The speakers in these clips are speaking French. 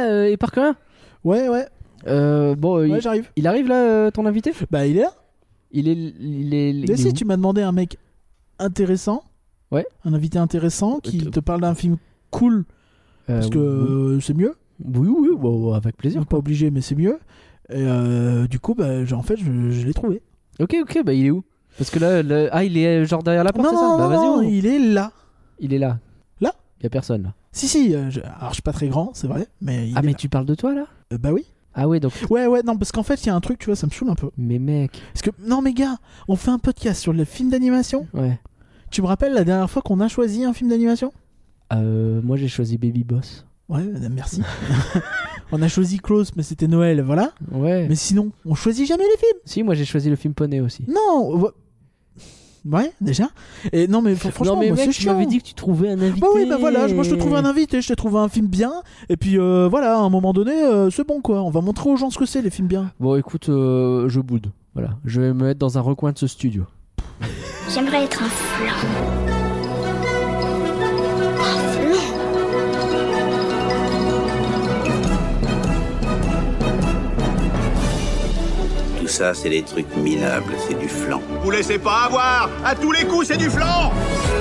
là, et par rien. Ouais. Bon, j'arrive. Il arrive là, ton invité? Bah, il est là. Il est Mais si, tu m'as demandé un mec intéressant. Ouais. Un invité intéressant qui te parle d'un film cool. Parce que c'est mieux. Oui, bon, avec plaisir. Pas obligé, mais c'est mieux. Et du coup, bah, en fait, je l'ai trouvé. Ok, bah il est où? Parce que là, il est genre derrière la porte, c'est ça? Bah vas-y, non, il est là. Il est là. Là? Il y a personne là. Si, alors je suis pas très grand, c'est vrai, mais mais tu parles de toi là? Bah oui. Ah ouais, donc... Ouais, non, parce qu'en fait, il y a un truc, tu vois, ça me saoule un peu. Mais mec... Parce que, non mais gars, on fait un podcast sur le film d'animation. Ouais. Tu me rappelles la dernière fois qu'on a choisi un film d'animation? Moi j'ai choisi Baby Boss. Ouais, merci. On a choisi Close, mais c'était Noël, voilà. Ouais. Mais sinon, on choisit jamais les films. Si, moi j'ai choisi le film Poney aussi. Non. Ouais, déjà. Et non, mais franchement, non, mais moi, mec, c'est tu chiant. m'avais dit que tu trouvais un invité. Bah oui, bah voilà, moi je te trouve un invité, je t'ai trouvé un film bien. Et puis voilà, à un moment donné, c'est bon quoi. On va montrer aux gens ce que c'est les films bien. Bon, écoute, je boude. Voilà, je vais me mettre dans un recoin de ce studio. J'aimerais être un flan. Un flan. Tout ça, c'est des trucs minables, c'est du flan. Vous laissez pas avoir. À tous les coups, c'est du flan.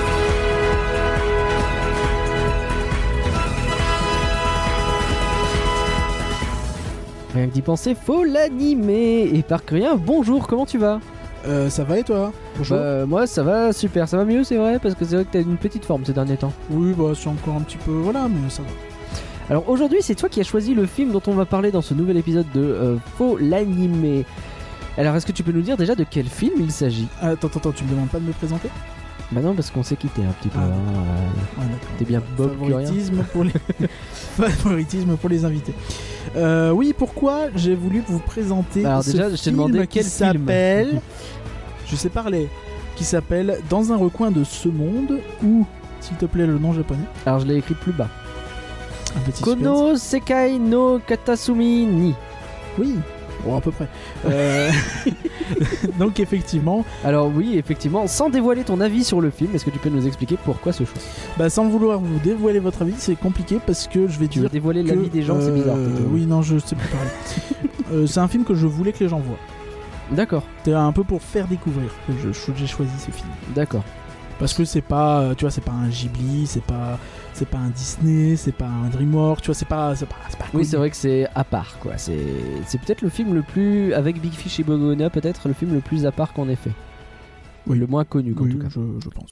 Rien que d'y penser, faut l'animer. Et par rien, bonjour, comment tu vas? Ça va et toi? Bonjour. Moi ça va super, ça va mieux c'est vrai, parce que c'est vrai que t'as une petite forme ces derniers temps. Oui, bah c'est encore un petit peu, voilà, mais ça va. Alors aujourd'hui c'est toi qui as choisi le film dont on va parler dans ce nouvel épisode de Faut l'animer. Alors est-ce que tu peux nous dire déjà de quel film il s'agit? Attends, tu me demandes pas de me présenter? Bah non, parce qu'on s'est quitté un petit peu. Ouais, d'accord. T'es bien Bob Favoritisme pour les... Favoritisme pour les invités. Oui, pourquoi j'ai voulu vous présenter alors ce déjà, je t'ai demandé quel qui film s'appelle... Je sais parler. Qui s'appelle Dans un recoin de ce monde, ou, s'il te plaît, le nom japonais. Alors je l'ai écrit plus bas. Un petit Kono Sekai no Katasumi ni. Oui, bon, à peu près. Donc effectivement... Alors oui, effectivement, sans dévoiler ton avis sur le film, est-ce que tu peux nous expliquer pourquoi ce choix? Bah sans vouloir vous dévoiler votre avis, c'est compliqué parce que je vais Tu dire veux dévoiler l'avis des gens, c'est bizarre. Oui, non, je sais plus parler. C'est un film que je voulais que les gens voient. D'accord. C'était un peu pour faire découvrir que j'ai choisi ce film. D'accord. Parce que c'est pas, tu vois, c'est pas un Ghibli, c'est pas un Disney, c'est pas un DreamWorks, tu vois, c'est pas oui, c'est vrai que c'est à part, quoi. C'est peut-être le film le plus, avec Big Fish et Bogona, peut-être le film le plus à part qu'on ait fait. Oui. Le moins connu, en oui, tout cas. Je pense.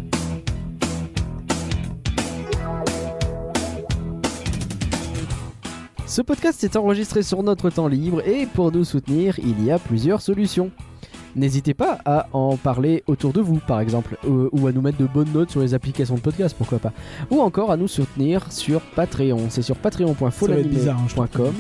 Ce podcast est enregistré sur notre temps libre et pour nous soutenir, il y a plusieurs solutions. N'hésitez pas à en parler autour de vous, par exemple, ou à nous mettre de bonnes notes sur les applications de podcast, pourquoi pas. Ou encore à nous soutenir sur Patreon. C'est sur patreon.folanime.com.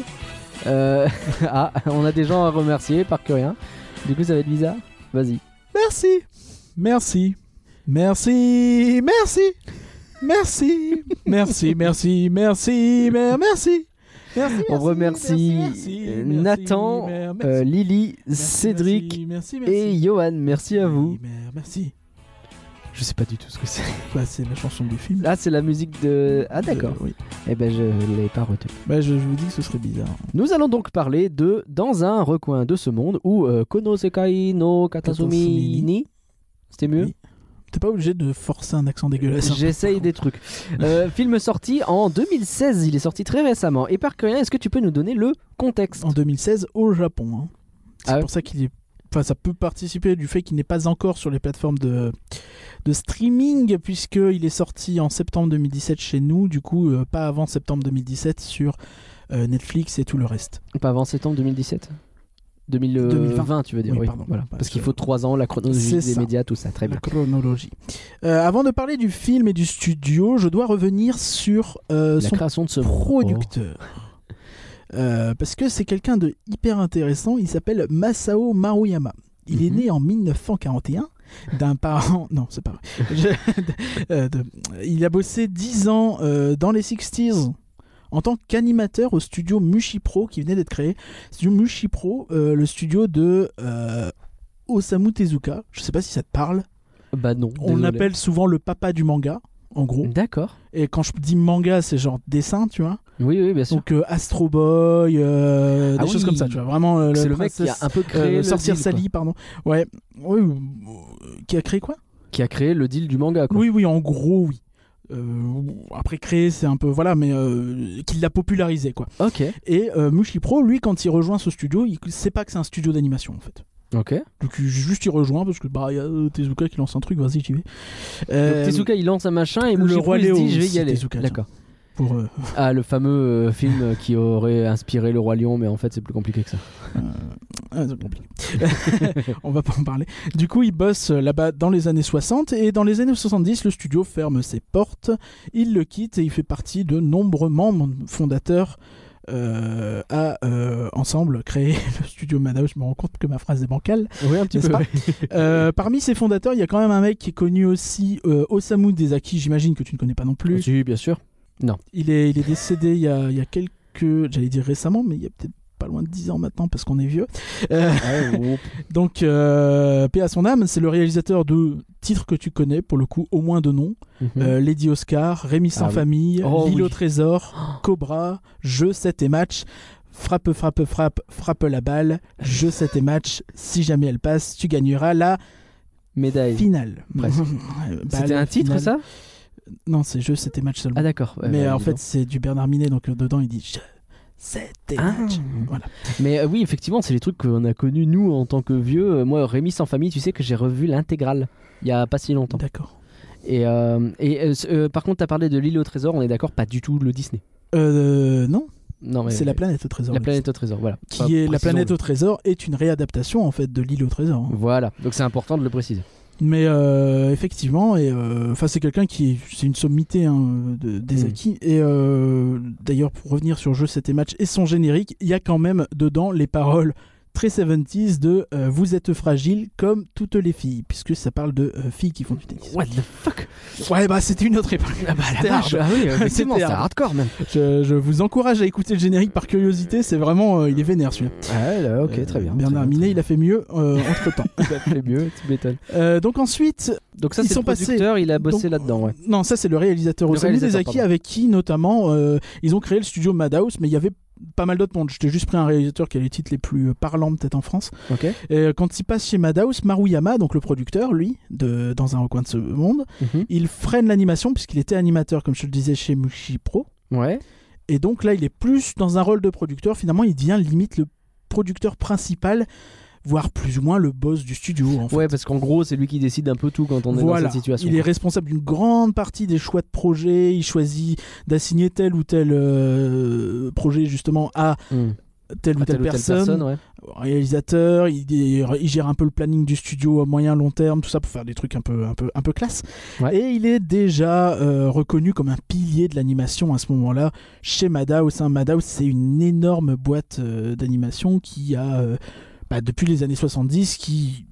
Ah, on a des gens à remercier, par que rien. Du coup, ça va être bizarre. Vas-y. Merci. Merci. Merci. Merci. Merci. Merci. Merci. Merci. Merci. Merci, on remercie Nathan, Lily, merci, Cédric merci. et Johan. Merci à vous. Merci. Je sais pas du tout ce que c'est. Bah, c'est la chanson du film. Ah, c'est la musique de... Ah d'accord. Oui. Eh ben je l'ai pas retenu. Bah, je vous dis que ce serait bizarre. Nous allons donc parler de Dans un recoin de ce monde ou Kono Sekai no Katasumi ni. C'était mieux oui. T'es pas obligé de forcer un accent dégueulasse. J'essaye des trucs. Film sorti en 2016, il est sorti très récemment. Et par rien, est-ce que tu peux nous donner le contexte? En 2016 au Japon. Hein. C'est pour ça qu'il est... Enfin, ça peut participer du fait qu'il n'est pas encore sur les plateformes de streaming, puisqu'il est sorti en septembre 2017 chez nous, du coup pas avant septembre 2017 sur Netflix et tout le reste. Pas avant septembre 2017 2020 tu veux dire, oui. Pardon, voilà. Parce qu'il faut 3 ans, la chronologie des médias, tout ça, très bien. La chronologie. Avant de parler du film et du studio, je dois revenir sur son création de ce producteur. Parce que c'est quelqu'un de hyper intéressant, il s'appelle Masao Maruyama. Il est né en 1941 d'un parent... Non, c'est pas vrai. Il a bossé 10 ans dans les 60s en tant qu'animateur au studio Mushipro qui venait d'être créé. Studio Mushipro, le studio de Osamu Tezuka. Je sais pas si ça te parle. Bah non. On l'appelle souvent le papa du manga. en gros. D'accord. Et quand je dis manga, c'est genre dessin, tu vois. Oui, bien sûr. Donc Astro Boy, des Ah choses oui. comme ça, tu vois. Vraiment, C'est le mec qui a un peu créé le Sorcière deal, Sally, pardon. Ouais. Oui. Qui a créé quoi? qui a créé le deal du manga, quoi. Oui, en gros, oui. Après créer, c'est un peu voilà, mais qui l'a popularisé, quoi. Ok. Et Mushipro, lui, quand il rejoint ce studio, il sait pas que c'est un studio d'animation, en fait. Ok. Donc juste il rejoint parce que y a Tezuka qui lance un truc, vas-y, j'y vais. Donc Tezuka il lance un machin et le Mushipro Roi il se Léo dit je vais aussi, y aller. Tezuka, D'accord. Pour Ah, le fameux film qui aurait inspiré le Roi Lion, mais en fait c'est plus compliqué que ça. c'est compliqué. On va pas en parler. Du coup, il bosse là-bas dans les années 60 et dans les années 70, le studio ferme ses portes. Il le quitte et il fait partie de nombreux membres fondateurs à ensemble créer le studio Madhouse. Je me rends compte que ma phrase est bancale. Oui, un petit N'est-ce peu. pas Parmi ses fondateurs, il y a quand même un mec qui est connu aussi, Osamu Dezaki. J'imagine que tu ne connais pas non plus. Si, bien sûr. Non. Il est décédé il y a quelques, j'allais dire récemment, mais il y a peut-être pas loin de 10 ans maintenant parce qu'on est vieux. Donc, paix à son âme, c'est le réalisateur de titres que tu connais, pour le coup, au moins de nom. Lady Oscar, Rémi sans famille, L'île au trésor, Cobra, Jeu, 7 et match, frappe la balle, Jeu, 7 et match, si jamais elle passe, tu gagneras la médaille finale. C'était un titre, ça? Non, c'est Jeu, 7 et match seulement. Ah d'accord. Ouais, mais en fait, c'est du Bernard Minet, donc dedans, il dit Jeu, 7 et match. Voilà. Mais oui, effectivement, c'est les trucs qu'on a connus, nous, en tant que vieux. Moi, Rémi sans famille, tu sais que j'ai revu l'intégrale il y a pas si longtemps. D'accord. Et par contre, tu as parlé de L'île au trésor, on est d'accord, pas du tout le Disney. Non. Non, mais c'est La planète au trésor. La planète au trésor, voilà. La planète au trésor est une réadaptation en fait de L'île au trésor. Voilà, donc c'est important de le préciser. Mais effectivement, c'est quelqu'un c'est une sommité des acquis. Et d'ailleurs, pour revenir sur Jeu, 7 et match et son générique, il y a quand même dedans les paroles très 70s de vous êtes fragile comme toutes les filles, puisque ça parle de filles qui font du tennis. What the fuck? Ouais, c'était une autre époque. Ah bah la vache, ah oui, effectivement, c'est hardcore même. Je vous encourage à écouter le générique par curiosité, c'est vraiment, il est vénère celui-là. Ah là, ok, très bien. Bernard Minet, il a fait mieux entre temps. Il a fait mieux, tu m'étonnes. Donc ensuite, donc ça c'est le producteur, il a bossé là-dedans, ouais. Non, ça c'est le réalisateur Osamu Dezaki, avec qui notamment ils ont créé le studio Madhouse, mais il y avait pas mal d'autres mondes. Je t'ai juste pris un réalisateur qui a les titres les plus parlants peut-être en France. Okay. Et quand il passe chez Madhouse, Maruyama, donc le producteur, lui, dans un recoin de ce monde, il freine l'animation puisqu'il était animateur, comme je te le disais, chez Mushipro. Ouais. Et donc là, il est plus dans un rôle de producteur. Finalement, il devient limite le producteur principal, voire plus ou moins le boss du studio. En fait. Ouais, parce qu'en gros, c'est lui qui décide un peu tout quand on est dans cette situation. Il est responsable d'une grande partie des choix de projet. Il choisit d'assigner tel ou tel projet justement à telle ou telle personne. Ouais. Réalisateur, il gère un peu le planning du studio à moyen long terme, tout ça pour faire des trucs un peu classe. Ouais. Et il est déjà reconnu comme un pilier de l'animation à ce moment-là chez Madhouse. Madhouse, c'est une énorme boîte d'animation qui a depuis les années 70, qui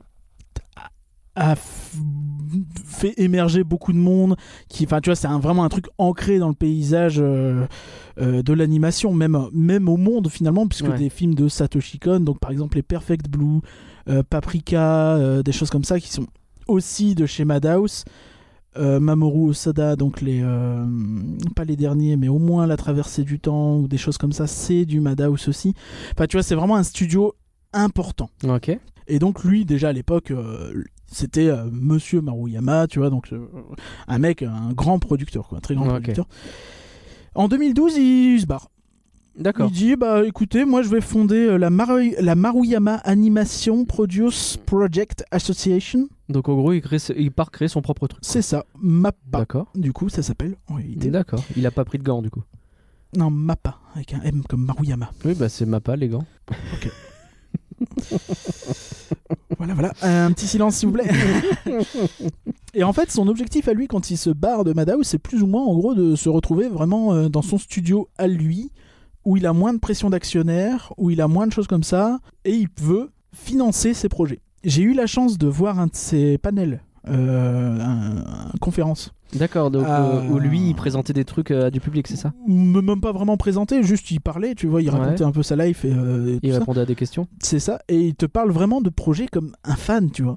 a fait émerger beaucoup de monde, tu vois, c'est vraiment un truc ancré dans le paysage de l'animation, même au monde finalement, puisque des films de Satoshi Kon, donc par exemple les Perfect Blue, Paprika, des choses comme ça qui sont aussi de chez Madhouse. Mamoru Osada, donc pas les derniers, mais au moins La Traversée du Temps ou des choses comme ça, c'est du Madhouse aussi. Enfin, tu vois, c'est vraiment un studio important. Ok. Et donc lui, déjà à l'époque, c'était Monsieur Maruyama, tu vois, donc un mec, un grand producteur, quoi, un très grand producteur. En 2012, il se barre. D'accord. Il dit, écoutez, moi je vais fonder la Maruyama Animation Produce Project Association. Donc en gros, il part créer son propre truc. C'est ça, MAPPA. D'accord. Du coup, ça s'appelle en réalité. D'accord. Il a pas pris de gants du coup. Non, MAPPA, avec un M comme Maruyama. Oui, c'est MAPPA, les gants. Ok. Voilà. Un petit silence s'il vous plaît. Et en fait, son objectif à lui quand il se barre de Madhouse, c'est plus ou moins en gros de se retrouver vraiment dans son studio à lui, où il a moins de pression d'actionnaire, où il a moins de choses comme ça, et il veut financer ses projets. J'ai eu la chance de voir un de ses panels, une conférence. D'accord, donc où lui il présentait des trucs à du public, c'est ça? Même pas vraiment présenté, juste il parlait, tu vois, il racontait un peu sa life et il répondait à des questions. C'est ça, et il te parle vraiment de projets comme un fan, tu vois.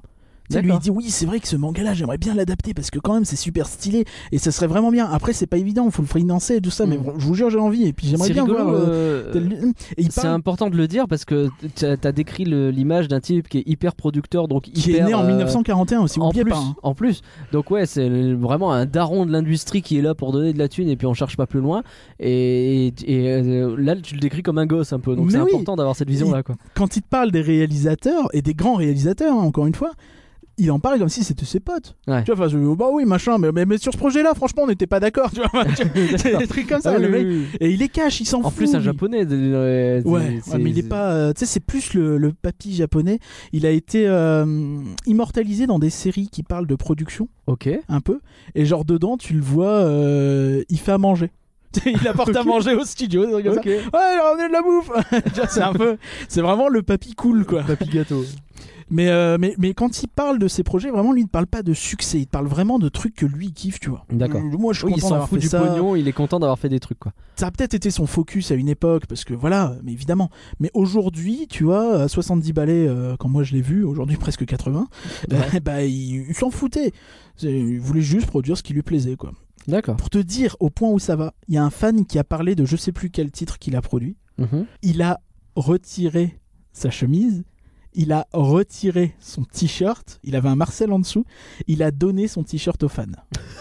Tu sais, lui il D'accord. dit oui c'est vrai que ce manga là j'aimerais bien l'adapter parce que quand même c'est super stylé et ça serait vraiment bien. Après c'est pas évident, faut le financer et tout ça, mais je vous jure j'ai envie et puis j'aimerais C'est bien rigolo, voir. Et il c'est parle important de le dire parce que t'as décrit l'image d'un type qui est hyper producteur, donc qui hyper, est né en 1941 aussi, en oubliez plus, pas. Hein. en plus. Donc ouais, c'est vraiment un daron de l'industrie qui est là pour donner de la thune et puis on cherche pas plus loin. Et là, tu le décris comme un gosse un peu. Donc Mais c'est oui. important d'avoir cette vision-là, quoi. Quand il te parle des réalisateurs et des grands réalisateurs, hein, encore une fois, il en parle comme si c'était ses potes. Ouais. Tu vois, bah oui, machin, mais sur ce projet-là, franchement, on n'était pas d'accord. Tu vois, des trucs comme ça, Ah le oui, mec. oui, oui. Et il est cash, il s'en fout. En plus, un lui. japonais. Ouais, mais il est pas. Tu sais, c'est plus le papy japonais. Il a été immortalisé dans des séries qui parlent de production, Ok. un peu. Et genre dedans, tu le vois, il fait à manger. Il apporte à manger au studio. Des trucs comme Ok. ça. Ouais, il a ramené de la bouffe. Tu vois, c'est un peu. C'est vraiment le papy cool, quoi. Papy gâteau. Mais quand il parle de ses projets, vraiment, lui, il ne parle pas de succès. Il parle vraiment de trucs que lui, il kiffe, tu vois. D'accord. Moi, je suis Oui, il content s'en d'avoir fout fait du ça. pognon, il est content d'avoir fait des trucs, quoi. Ça a peut-être été son focus à une époque, parce que voilà, mais évidemment. Mais aujourd'hui, tu vois, à 70 balais, quand moi je l'ai vu, aujourd'hui presque 80, Ouais. bah, il s'en foutait. Il voulait juste produire ce qui lui plaisait, quoi. D'accord. Pour te dire au point où ça va, il y a un fan qui a parlé de je sais plus quel titre qu'il a produit. Mhm. Il a retiré sa chemise, il a retiré son t-shirt, il avait un Marcel en dessous, il a donné son t-shirt aux fans.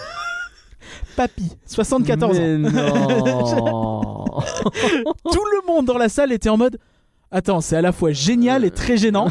Papy, 74 Mais ans. non. Tout le monde dans la salle était en mode attends, c'est à la fois génial et très gênant.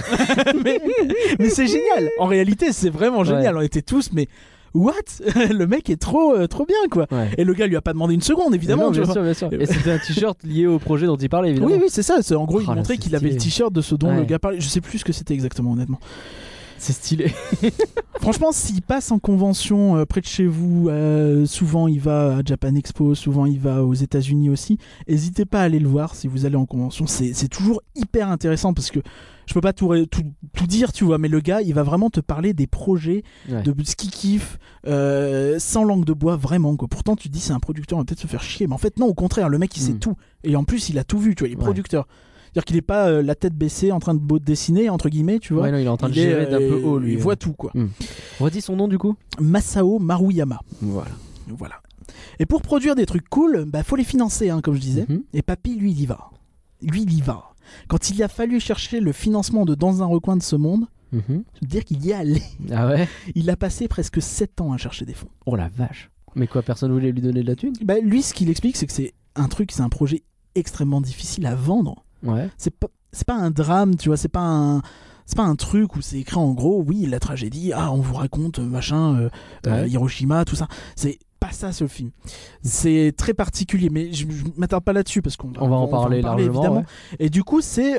mais c'est génial. En réalité, c'est vraiment génial. Ouais. On était tous, mais what? Le mec est trop bien, quoi. Ouais. Et le gars lui a pas demandé une seconde, évidemment. Non, tu bien vois. sûr, bien sûr. Et c'était un t-shirt lié au projet dont il parlait, évidemment. Oui, oui, c'est ça. En gros, il Oh là, montrait c'est qu'il avait le stylé. t-shirt de ce dont Ouais. le gars parlait. Je sais plus ce que c'était exactement, honnêtement. C'est stylé. Franchement, s'il passe en convention près de chez vous, souvent il va à Japan Expo, souvent il va aux États-Unis aussi. N'hésitez pas à aller le voir si vous allez en convention. C'est toujours hyper intéressant parce que je peux pas tout dire, tu vois, mais le gars, il va vraiment te parler des projets, Ouais. de ce qu'il kiffe, sans langue de bois, vraiment, quoi. Pourtant, tu te dis c'est un producteur, on va peut-être se faire chier, mais en fait non, au contraire, le mec il sait tout. Et en plus, il a tout vu, tu vois, il est Ouais. producteur. C'est-à-dire qu'il est pas la tête baissée en train de dessiner, entre guillemets, tu vois. Ouais, non, il est en train de Il est, gérer d'un peu haut, lui. Il voit tout, quoi. Redis son nom, du coup. Masao Maruyama. Voilà. Voilà. Et pour produire des trucs cool, bah faut les financer, hein, comme je disais. Mhm. Et Papy, lui, il y va. Lui, il y va. Quand il a fallu chercher le financement de Dans un recoin de ce monde, Mhm. je veux dire qu'il y est allé. Ah ouais. Il a passé presque 7 ans à chercher des fonds. Oh la vache. Mais quoi, personne voulait lui donner de la thune? Bah, lui, ce qu'il explique, c'est que c'est un projet extrêmement difficile à vendre. Ouais. C'est pas un drame, tu vois, c'est pas un truc où c'est écrit en gros, oui, la tragédie, on vous raconte, machin, Ouais. Hiroshima, tout ça. C'est pas ça, ce film. C'est très particulier, mais je m'attarde pas là-dessus parce qu'on On va en parler largement. évidemment. Ouais. Et du coup, c'est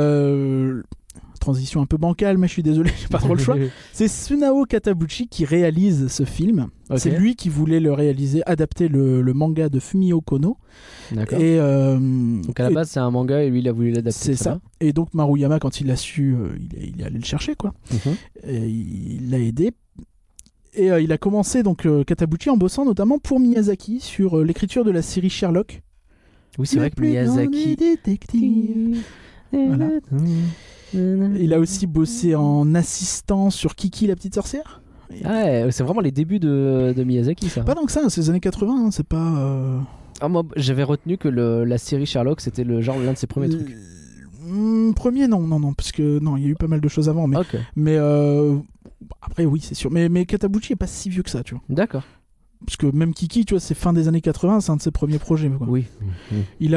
transition un peu bancale, mais je suis désolé, j'ai pas trop le choix. C'est Sunao Katabuchi qui réalise ce film. Ok. C'est lui qui voulait le réaliser, adapter le manga de Fumio Kono. D'accord. Et Donc à la et- base, c'est un manga et lui, il a voulu l'adapter. c'est très ça. Et donc Maruyama, quand il l'a su, il est allé le chercher, quoi. bien. Mhm. Et il l'a aidé. Et il a commencé donc Katabuchi en bossant notamment pour Miyazaki sur l'écriture de la série Sherlock. Oui, c'est vrai que Miyazaki. Voilà. Il a aussi bossé en assistant sur Kiki la petite sorcière. Ah ouais, c'est vraiment les débuts de Miyazaki, ça. Pas tant que ça, c'est les années 80, hein, c'est pas. Ah, moi, j'avais retenu que la série Sherlock, c'était l'un de ses premiers trucs. Premier, non, parce que non, il y a eu pas mal de choses avant, mais, Ok, mais après, oui, c'est sûr. Mais Katabuchi est pas si vieux que ça, tu vois. d'accord. Parce que même Kiki, tu vois, c'est fin des années 80, c'est un de ses premiers projets. Quoi. Oui. Il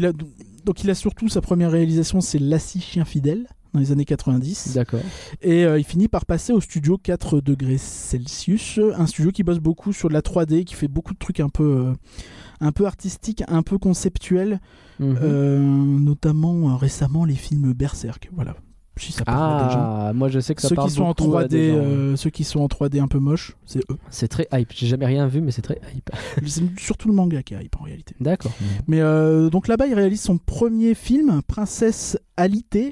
a surtout sa première réalisation, c'est Lassie Chien Fidèle, dans les années 90. D'accord. Et il finit par passer au studio 4 degrés Celsius, un studio qui bosse beaucoup sur de la 3D, qui fait beaucoup de trucs un peu artistiques, un peu conceptuels, notamment récemment les films Berserk. Voilà. Si ça parle déjà. Ah, moi je sais que ça Ceux parle qui sont en beaucoup à 3D, des gens. ceux qui sont en 3D un peu moches, c'est eux. C'est très hype. J'ai jamais rien vu, mais c'est très hype. C'est surtout le manga qui est hype en réalité. D'accord. Mais donc là-bas, il réalise son premier film, Princesse Alité.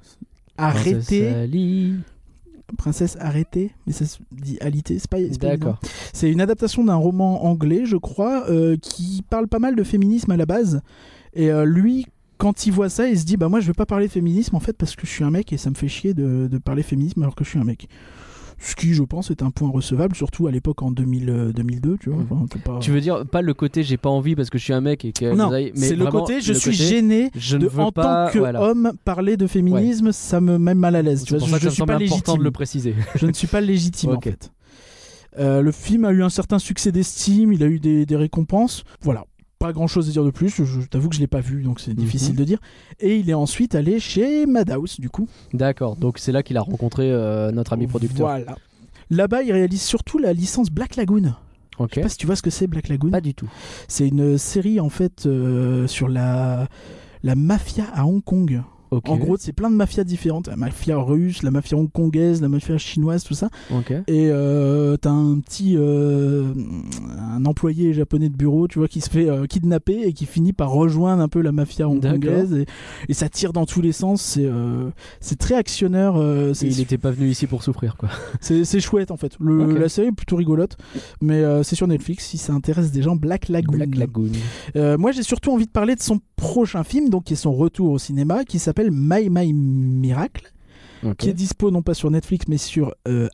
Princesse arrêtée, mais ça se dit Alité, c'est pas évident. D'accord. C'est une adaptation d'un roman anglais, je crois, qui parle pas mal de féminisme à la base. Et lui, quand il voit ça, il se dit bah moi je veux pas parler de féminisme en fait parce que je suis un mec et ça me fait chier de parler féminisme alors que je suis un mec. Ce qui, je pense, est un point recevable, surtout à l'époque en 2002, tu vois. Enfin, pas... Tu veux dire, pas le côté j'ai pas envie parce que je suis un mec et que. Non, mais c'est le côté je suis gêné je de, ne veux en pas, tant qu'homme, parler de féminisme, ça me met mal à l'aise. C'est pour ça que ça me semble important de le préciser. Je ne suis pas légitime Ok. en fait. Le film a eu un certain succès d'estime, il a eu des récompenses. Voilà. Pas grand chose à dire de plus, je t'avoue que je l'ai pas vu donc c'est difficile de dire. Et il est ensuite allé chez Madhouse du coup. D'accord, donc c'est là qu'il a rencontré notre ami producteur. Voilà. Là-bas, il réalise surtout la licence Black Lagoon. Ok. Je sais pas si tu vois ce que c'est Black Lagoon. Pas du tout. C'est une série en fait sur la mafia à Hong Kong. Ok. En gros, c'est plein de mafias différentes. La mafia russe, la mafia hongkongaise, la mafia chinoise, tout ça. Ok. Et t'as un employé japonais de bureau, tu vois, qui se fait kidnapper et qui finit par rejoindre un peu la mafia hongkongaise. Et ça tire dans tous les sens. C'est très actionneur. Il n'était pas venu ici pour souffrir, quoi. C'est chouette en fait. Ok. La série est plutôt rigolote, mais c'est sur Netflix si ça intéresse des gens. Black Lagoon. Black Lagoon. Moi, j'ai surtout envie de parler de son prochain film, donc qui est son retour au cinéma, qui s'appelle My Miracle, Ok. qui est dispo non pas sur Netflix mais sur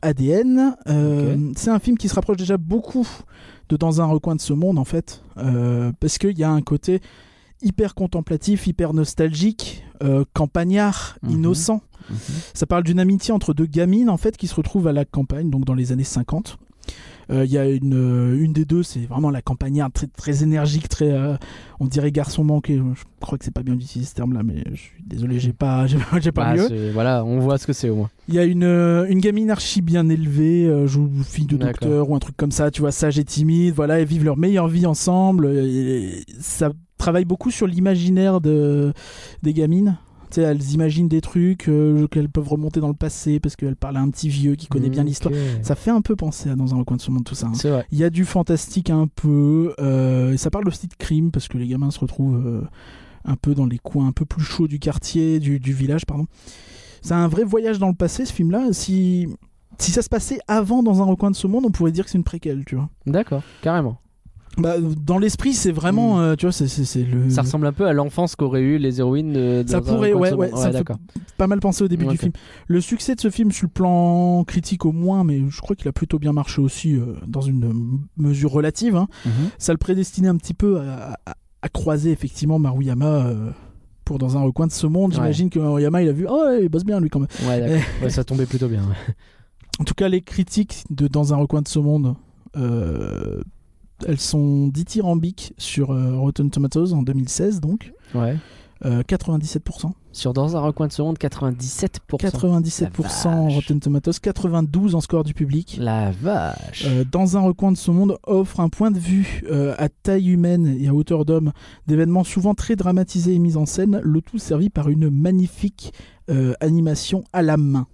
ADN. C'est un film qui se rapproche déjà beaucoup de Dans un recoin de ce monde en fait, parce qu'il y a un côté hyper contemplatif, hyper nostalgique, campagnard, innocent. Ça parle d'une amitié entre deux gamines en fait qui se retrouvent à la campagne, donc dans les années 50. Il y a une des deux, c'est vraiment la campagnarde très, très énergique, très, on dirait garçon manqué. Je crois que c'est pas bien d'utiliser ce terme-là, mais je suis désolé, j'ai pas mieux. Voilà, on voit ce que c'est au moins. Il y a une gamine archi bien élevée, joue fille de docteur ou un truc comme ça, tu vois, sage et timide. Voilà, elles vivent leur meilleure vie ensemble. Et ça travaille beaucoup sur l'imaginaire des gamines. Tu sais, elles imaginent des trucs qu'elles peuvent remonter dans le passé parce qu'elles parlent à un petit vieux qui connaît bien l'histoire. Ça fait un peu penser à Dans un recoin de ce monde, tout ça. Hein. C'est vrai. Il y a du fantastique un peu. Et ça parle aussi de crime parce que les gamins se retrouvent un peu dans les coins un peu plus chauds du quartier, du village, pardon. C'est un vrai voyage dans le passé, ce film-là. Si ça se passait avant Dans un recoin de ce monde, on pourrait dire que c'est une préquelle, tu vois. D'accord, carrément. Bah, dans l'esprit, c'est vraiment, tu vois, c'est le. Ça ressemble un peu à l'enfance qu'auraient eu les héroïnes de Ça pourrait, ouais, ça fait d'accord. pas mal penser au début du film. Le succès de ce film, sur le plan critique au moins, mais je crois qu'il a plutôt bien marché aussi dans une mesure relative. Hein. Ça le prédestinait un petit peu à croiser effectivement Maruyama pour Dans un recoin de ce monde. J'imagine que Maruyama, il a vu, oh, il bosse bien lui quand même. Ouais, d'accord. Ouais, ça tombait plutôt bien. Ouais. En tout cas, les critiques de Dans un recoin de ce monde. Elles sont dithyrambiques sur Rotten Tomatoes en 2016, donc. Ouais. 97%. Sur Dans un recoin de ce monde, 97%. 97% Rotten Tomatoes, 92% en score du public. La vache. Dans un recoin de ce monde offre un point de vue à taille humaine et à hauteur d'homme d'événements souvent très dramatisés et mis en scène, le tout servi par une magnifique animation à la main.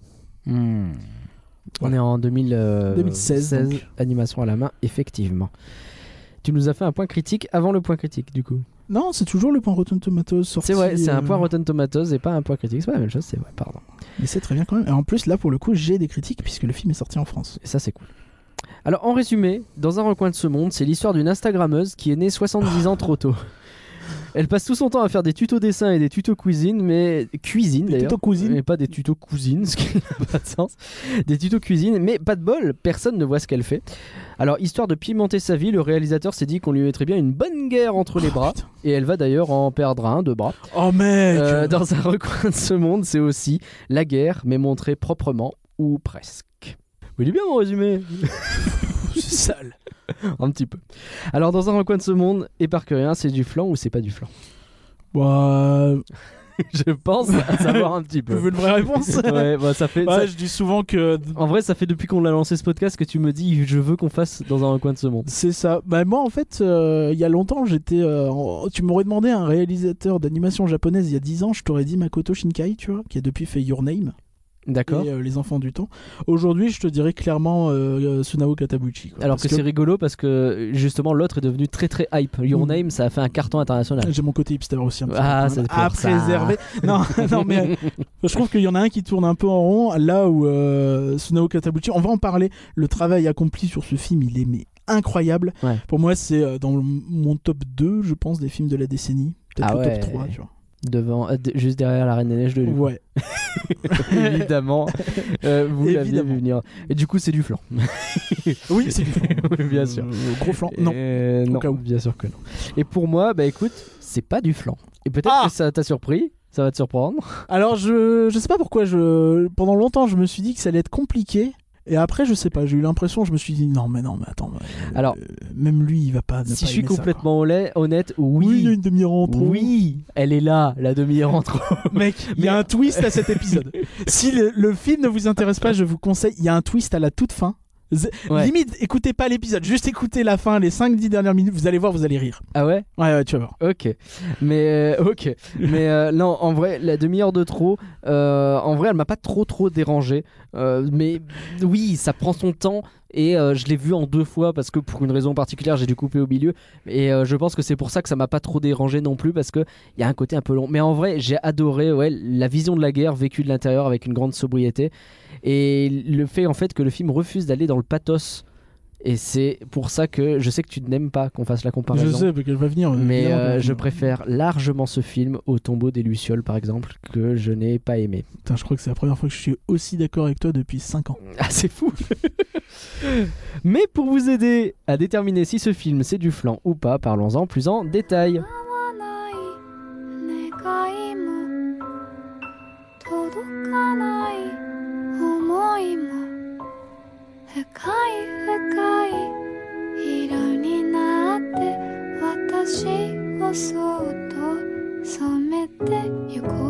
On est en 2016, donc. Animation à la main, effectivement. Tu nous as fait un point critique avant le point critique, du coup. Non, c'est toujours le point Rotten Tomatoes sorti. C'est vrai, c'est un point Rotten Tomatoes et pas un point critique. C'est pas la même chose, c'est vrai, pardon. Mais c'est très bien quand même. Et en plus, là, pour le coup, j'ai des critiques puisque le film est sorti en France. Et ça, c'est cool. Alors, en résumé, Dans un recoin de ce monde, c'est l'histoire d'une Instagrammeuse qui est née 70 ans trop tôt. Elle passe tout son temps à faire des tutos dessin et des tutos cuisine, mais cuisine des d'ailleurs, tutos cuisine. mais pas des tutos cousine, ce qui n'a pas de sens. Des tutos cuisine, mais pas de bol, personne ne voit ce qu'elle fait. Alors, histoire de pimenter sa vie, le réalisateur s'est dit qu'on lui mettrait bien une bonne guerre entre les bras, et elle va d'ailleurs en perdre un, 2 bras. Oh mec Dans un recoin de ce monde, c'est aussi la guerre, mais montrée proprement, ou presque. Vous voyez bien mon résumé? C'est sale. Un petit peu. Alors, Dans un recoin de ce monde, épargne-rien, c'est du flan ou c'est pas du flan? Bah... Je pense à savoir un petit peu. Tu veux une vraie réponse? Ouais, bah ça fait. Ouais, Ça... je dis souvent que. En vrai, ça fait depuis qu'on a lancé ce podcast que tu me dis je veux qu'on fasse Dans un recoin de ce monde. C'est ça. Bah, moi, en fait, il y a longtemps, j'étais. Tu m'aurais demandé un réalisateur d'animation japonaise il y a 10 ans, je t'aurais dit Makoto Shinkai, tu vois, qui a depuis fait Your Name. D'accord. Et Les Enfants du Temps. Aujourd'hui, je te dirais clairement Sunao Katabuchi. Quoi, Alors que c'est rigolo parce que justement l'autre est devenu très très hype. Your Name, ça a fait un carton international. J'ai mon côté hipster aussi un petit peu. C'est pour à ça. préserver. Non, non, mais je trouve qu'il y en a un qui tourne un peu en rond. Là où Sunao Katabuchi, on va en parler. Le travail accompli sur ce film, il est incroyable. Ouais. Pour moi, c'est dans mon top 2, je pense, des films de la décennie. Peut-être top 3, tu vois. juste derrière la Reine des Neiges de Luc. Ouais. Évidemment, vous l'aviez vu Évidemment. venir. Et du coup, c'est du flan. Oui, c'est du flan. Oui, bien sûr. Gros flan. Non. Non, Au cas où. bien sûr que non. Et pour moi, bah écoute, c'est pas du flan. Et peut-être que ça t'a surpris, ça va te surprendre. Alors, je sais pas pourquoi, pendant longtemps, je me suis dit que ça allait être compliqué. Et après, je sais pas, j'ai eu l'impression, je me suis dit non, mais attends. Alors, même lui, il va pas. Si je suis complètement honnête, oui. Oui, il y a une demi-heure en trop. Oui, elle est là, la demi-heure en trop. Mec, il y a un twist à cet épisode. Si le film ne vous intéresse pas, je vous conseille, il y a un twist à la toute fin. Ouais. Limite, écoutez pas l'épisode, juste écoutez la fin, les 5-10 dernières minutes, vous allez voir, vous allez rire. Ah ouais? Ouais, tu vas voir. Ok. Mais non, en vrai, la demi-heure de trop, en vrai, elle m'a pas trop dérangé. Mais oui, ça prend son temps. Et je l'ai vu en 2 fois parce que pour une raison particulière j'ai dû couper au milieu et je pense que c'est pour ça que ça m'a pas trop dérangé non plus parce qu'il y a un côté un peu long, mais en vrai j'ai adoré la vision de la guerre vécue de l'intérieur avec une grande sobriété et le fait en fait que le film refuse d'aller dans le pathos et c'est pour ça que je sais que tu n'aimes pas qu'on fasse la comparaison. Je sais, parce que je vais venir. Mais je préfère largement ce film au Tombeau des Lucioles par exemple que je n'ai pas aimé. Putain, je crois que c'est la première fois que je suis aussi d'accord avec toi depuis 5 ans. Ah, c'est fou. Mais pour vous aider à déterminer si ce film c'est du flan ou pas, parlons-en plus en détail. 願いも届かない思いも深い深い色になって私をそっと染めてゆく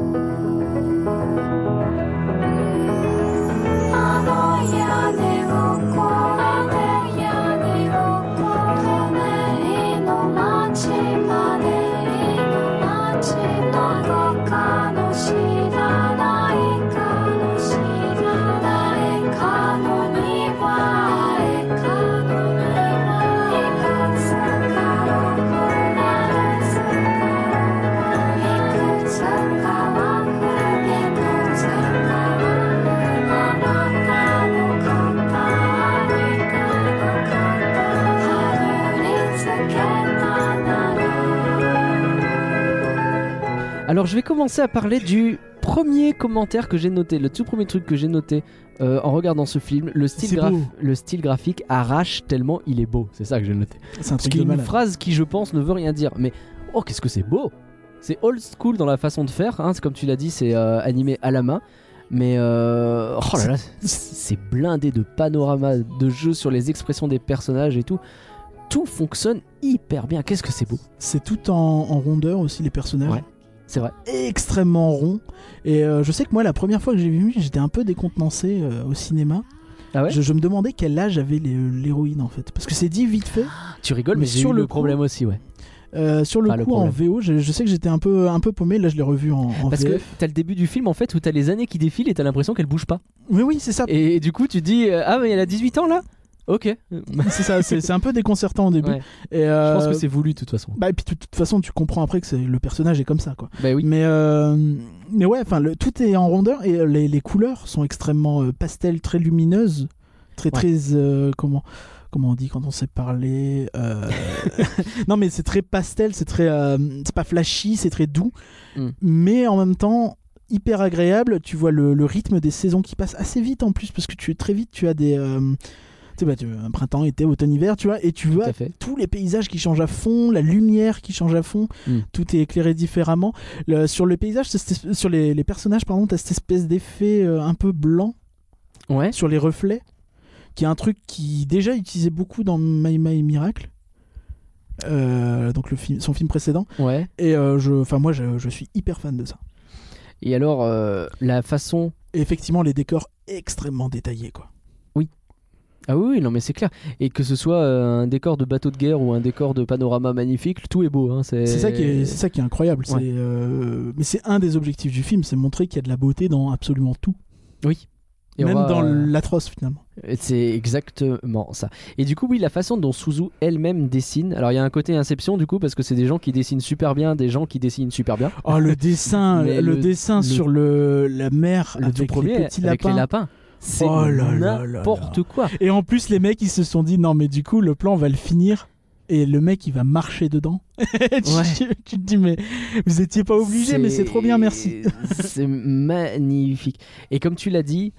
あの屋根を越えて屋根を越え隣の街まで街どこかの知らないかの知らないかの庭誰かの庭いくつかのフランスいくつかはいくつかはあなたの肩にたどり着けたなら Alors je vais commencer à parler du premier commentaire que j'ai noté, le tout premier truc que j'ai noté en regardant ce film. Le style graphique arrache tellement il est beau, c'est ça que j'ai noté. C'est un Ce truc qui est de une malade. phrase qui je pense ne veut rien dire, mais oh qu'est-ce que c'est beau. C'est old school dans la façon de faire, hein, c'est comme tu l'as dit, c'est animé à la main. Mais oh là là, c'est blindé de panoramas, de jeux sur les expressions des personnages et tout. Tout fonctionne hyper bien. Qu'est-ce que c'est beau. C'est tout en rondeur aussi, les personnages. Ouais. C'est vrai. Extrêmement rond. Et je sais que moi, la première fois que j'ai vu, j'étais un peu décontenancé au cinéma. Ah ouais. Je me demandais quel âge avait l'héroïne en fait. Parce que c'est dit vite fait. Tu rigoles, mais Mais j'ai sur eu le le problème aussi, ouais. Sur le Enfin, le coup, en problème. VO, je sais que j'étais un peu paumé. Là, je l'ai revu en Parce que VF. t'as le début du film en fait où t'as les années qui défilent et t'as l'impression qu'elles bougent pas. Oui, c'est ça. Et du coup, tu te dis ah mais elle a 18 ans là. Ok. C'est ça. C'est un peu déconcertant au début. Ouais. Et, Je pense que c'est voulu de toute façon. Bah, et puis de toute façon, tu comprends après que le personnage est comme ça, quoi. Bah oui. Mais ouais, enfin, tout est en rondeur et les couleurs sont extrêmement pastel, très lumineuses, très comment on dit quand on sait parler. Non, mais c'est très pastel, c'est très, c'est pas flashy, c'est très doux, mais en même temps hyper agréable. Tu vois le rythme des saisons qui passent assez vite en plus parce que très vite tu as des tu sais, un printemps, été, automne, hiver, tu vois, et tu vois tous les paysages qui changent à fond, la lumière qui change à fond, tout est éclairé différemment. Sur les paysages, sur les personnages, pardon, t'as cette espèce d'effet un peu blanc sur les reflets, qui est un truc qui déjà utilisait beaucoup dans My Miracle, donc son film précédent. Ouais. Et moi, je suis hyper fan de ça. Et alors, la façon... Et effectivement, les décors extrêmement détaillés, quoi. Ah oui, non mais c'est clair. Et que ce soit un décor de bateau de guerre ou un décor de panorama magnifique, tout est beau. Hein. C'est ça qui est incroyable. Ouais. Mais c'est un des objectifs du film, c'est montrer qu'il y a de la beauté dans absolument tout. Oui. Et même dans l'atroce finalement. C'est exactement ça. Et du coup, oui, la façon dont Suzu elle-même dessine. Alors il y a un côté Inception du coup, parce que c'est des gens qui dessinent super bien, des gens qui dessinent super bien. Oh, le dessin, le dessin sur la mer le avec tout premier, les petits avec lapins. les lapins. C'est n'importe quoi. Et en plus, les mecs ils se sont dit non, mais du coup, le plan on va le finir et le mec il va marcher dedans. Tu te dis mais vous étiez pas obligé, mais c'est trop bien, merci. C'est magnifique. Et comme tu l'as dit,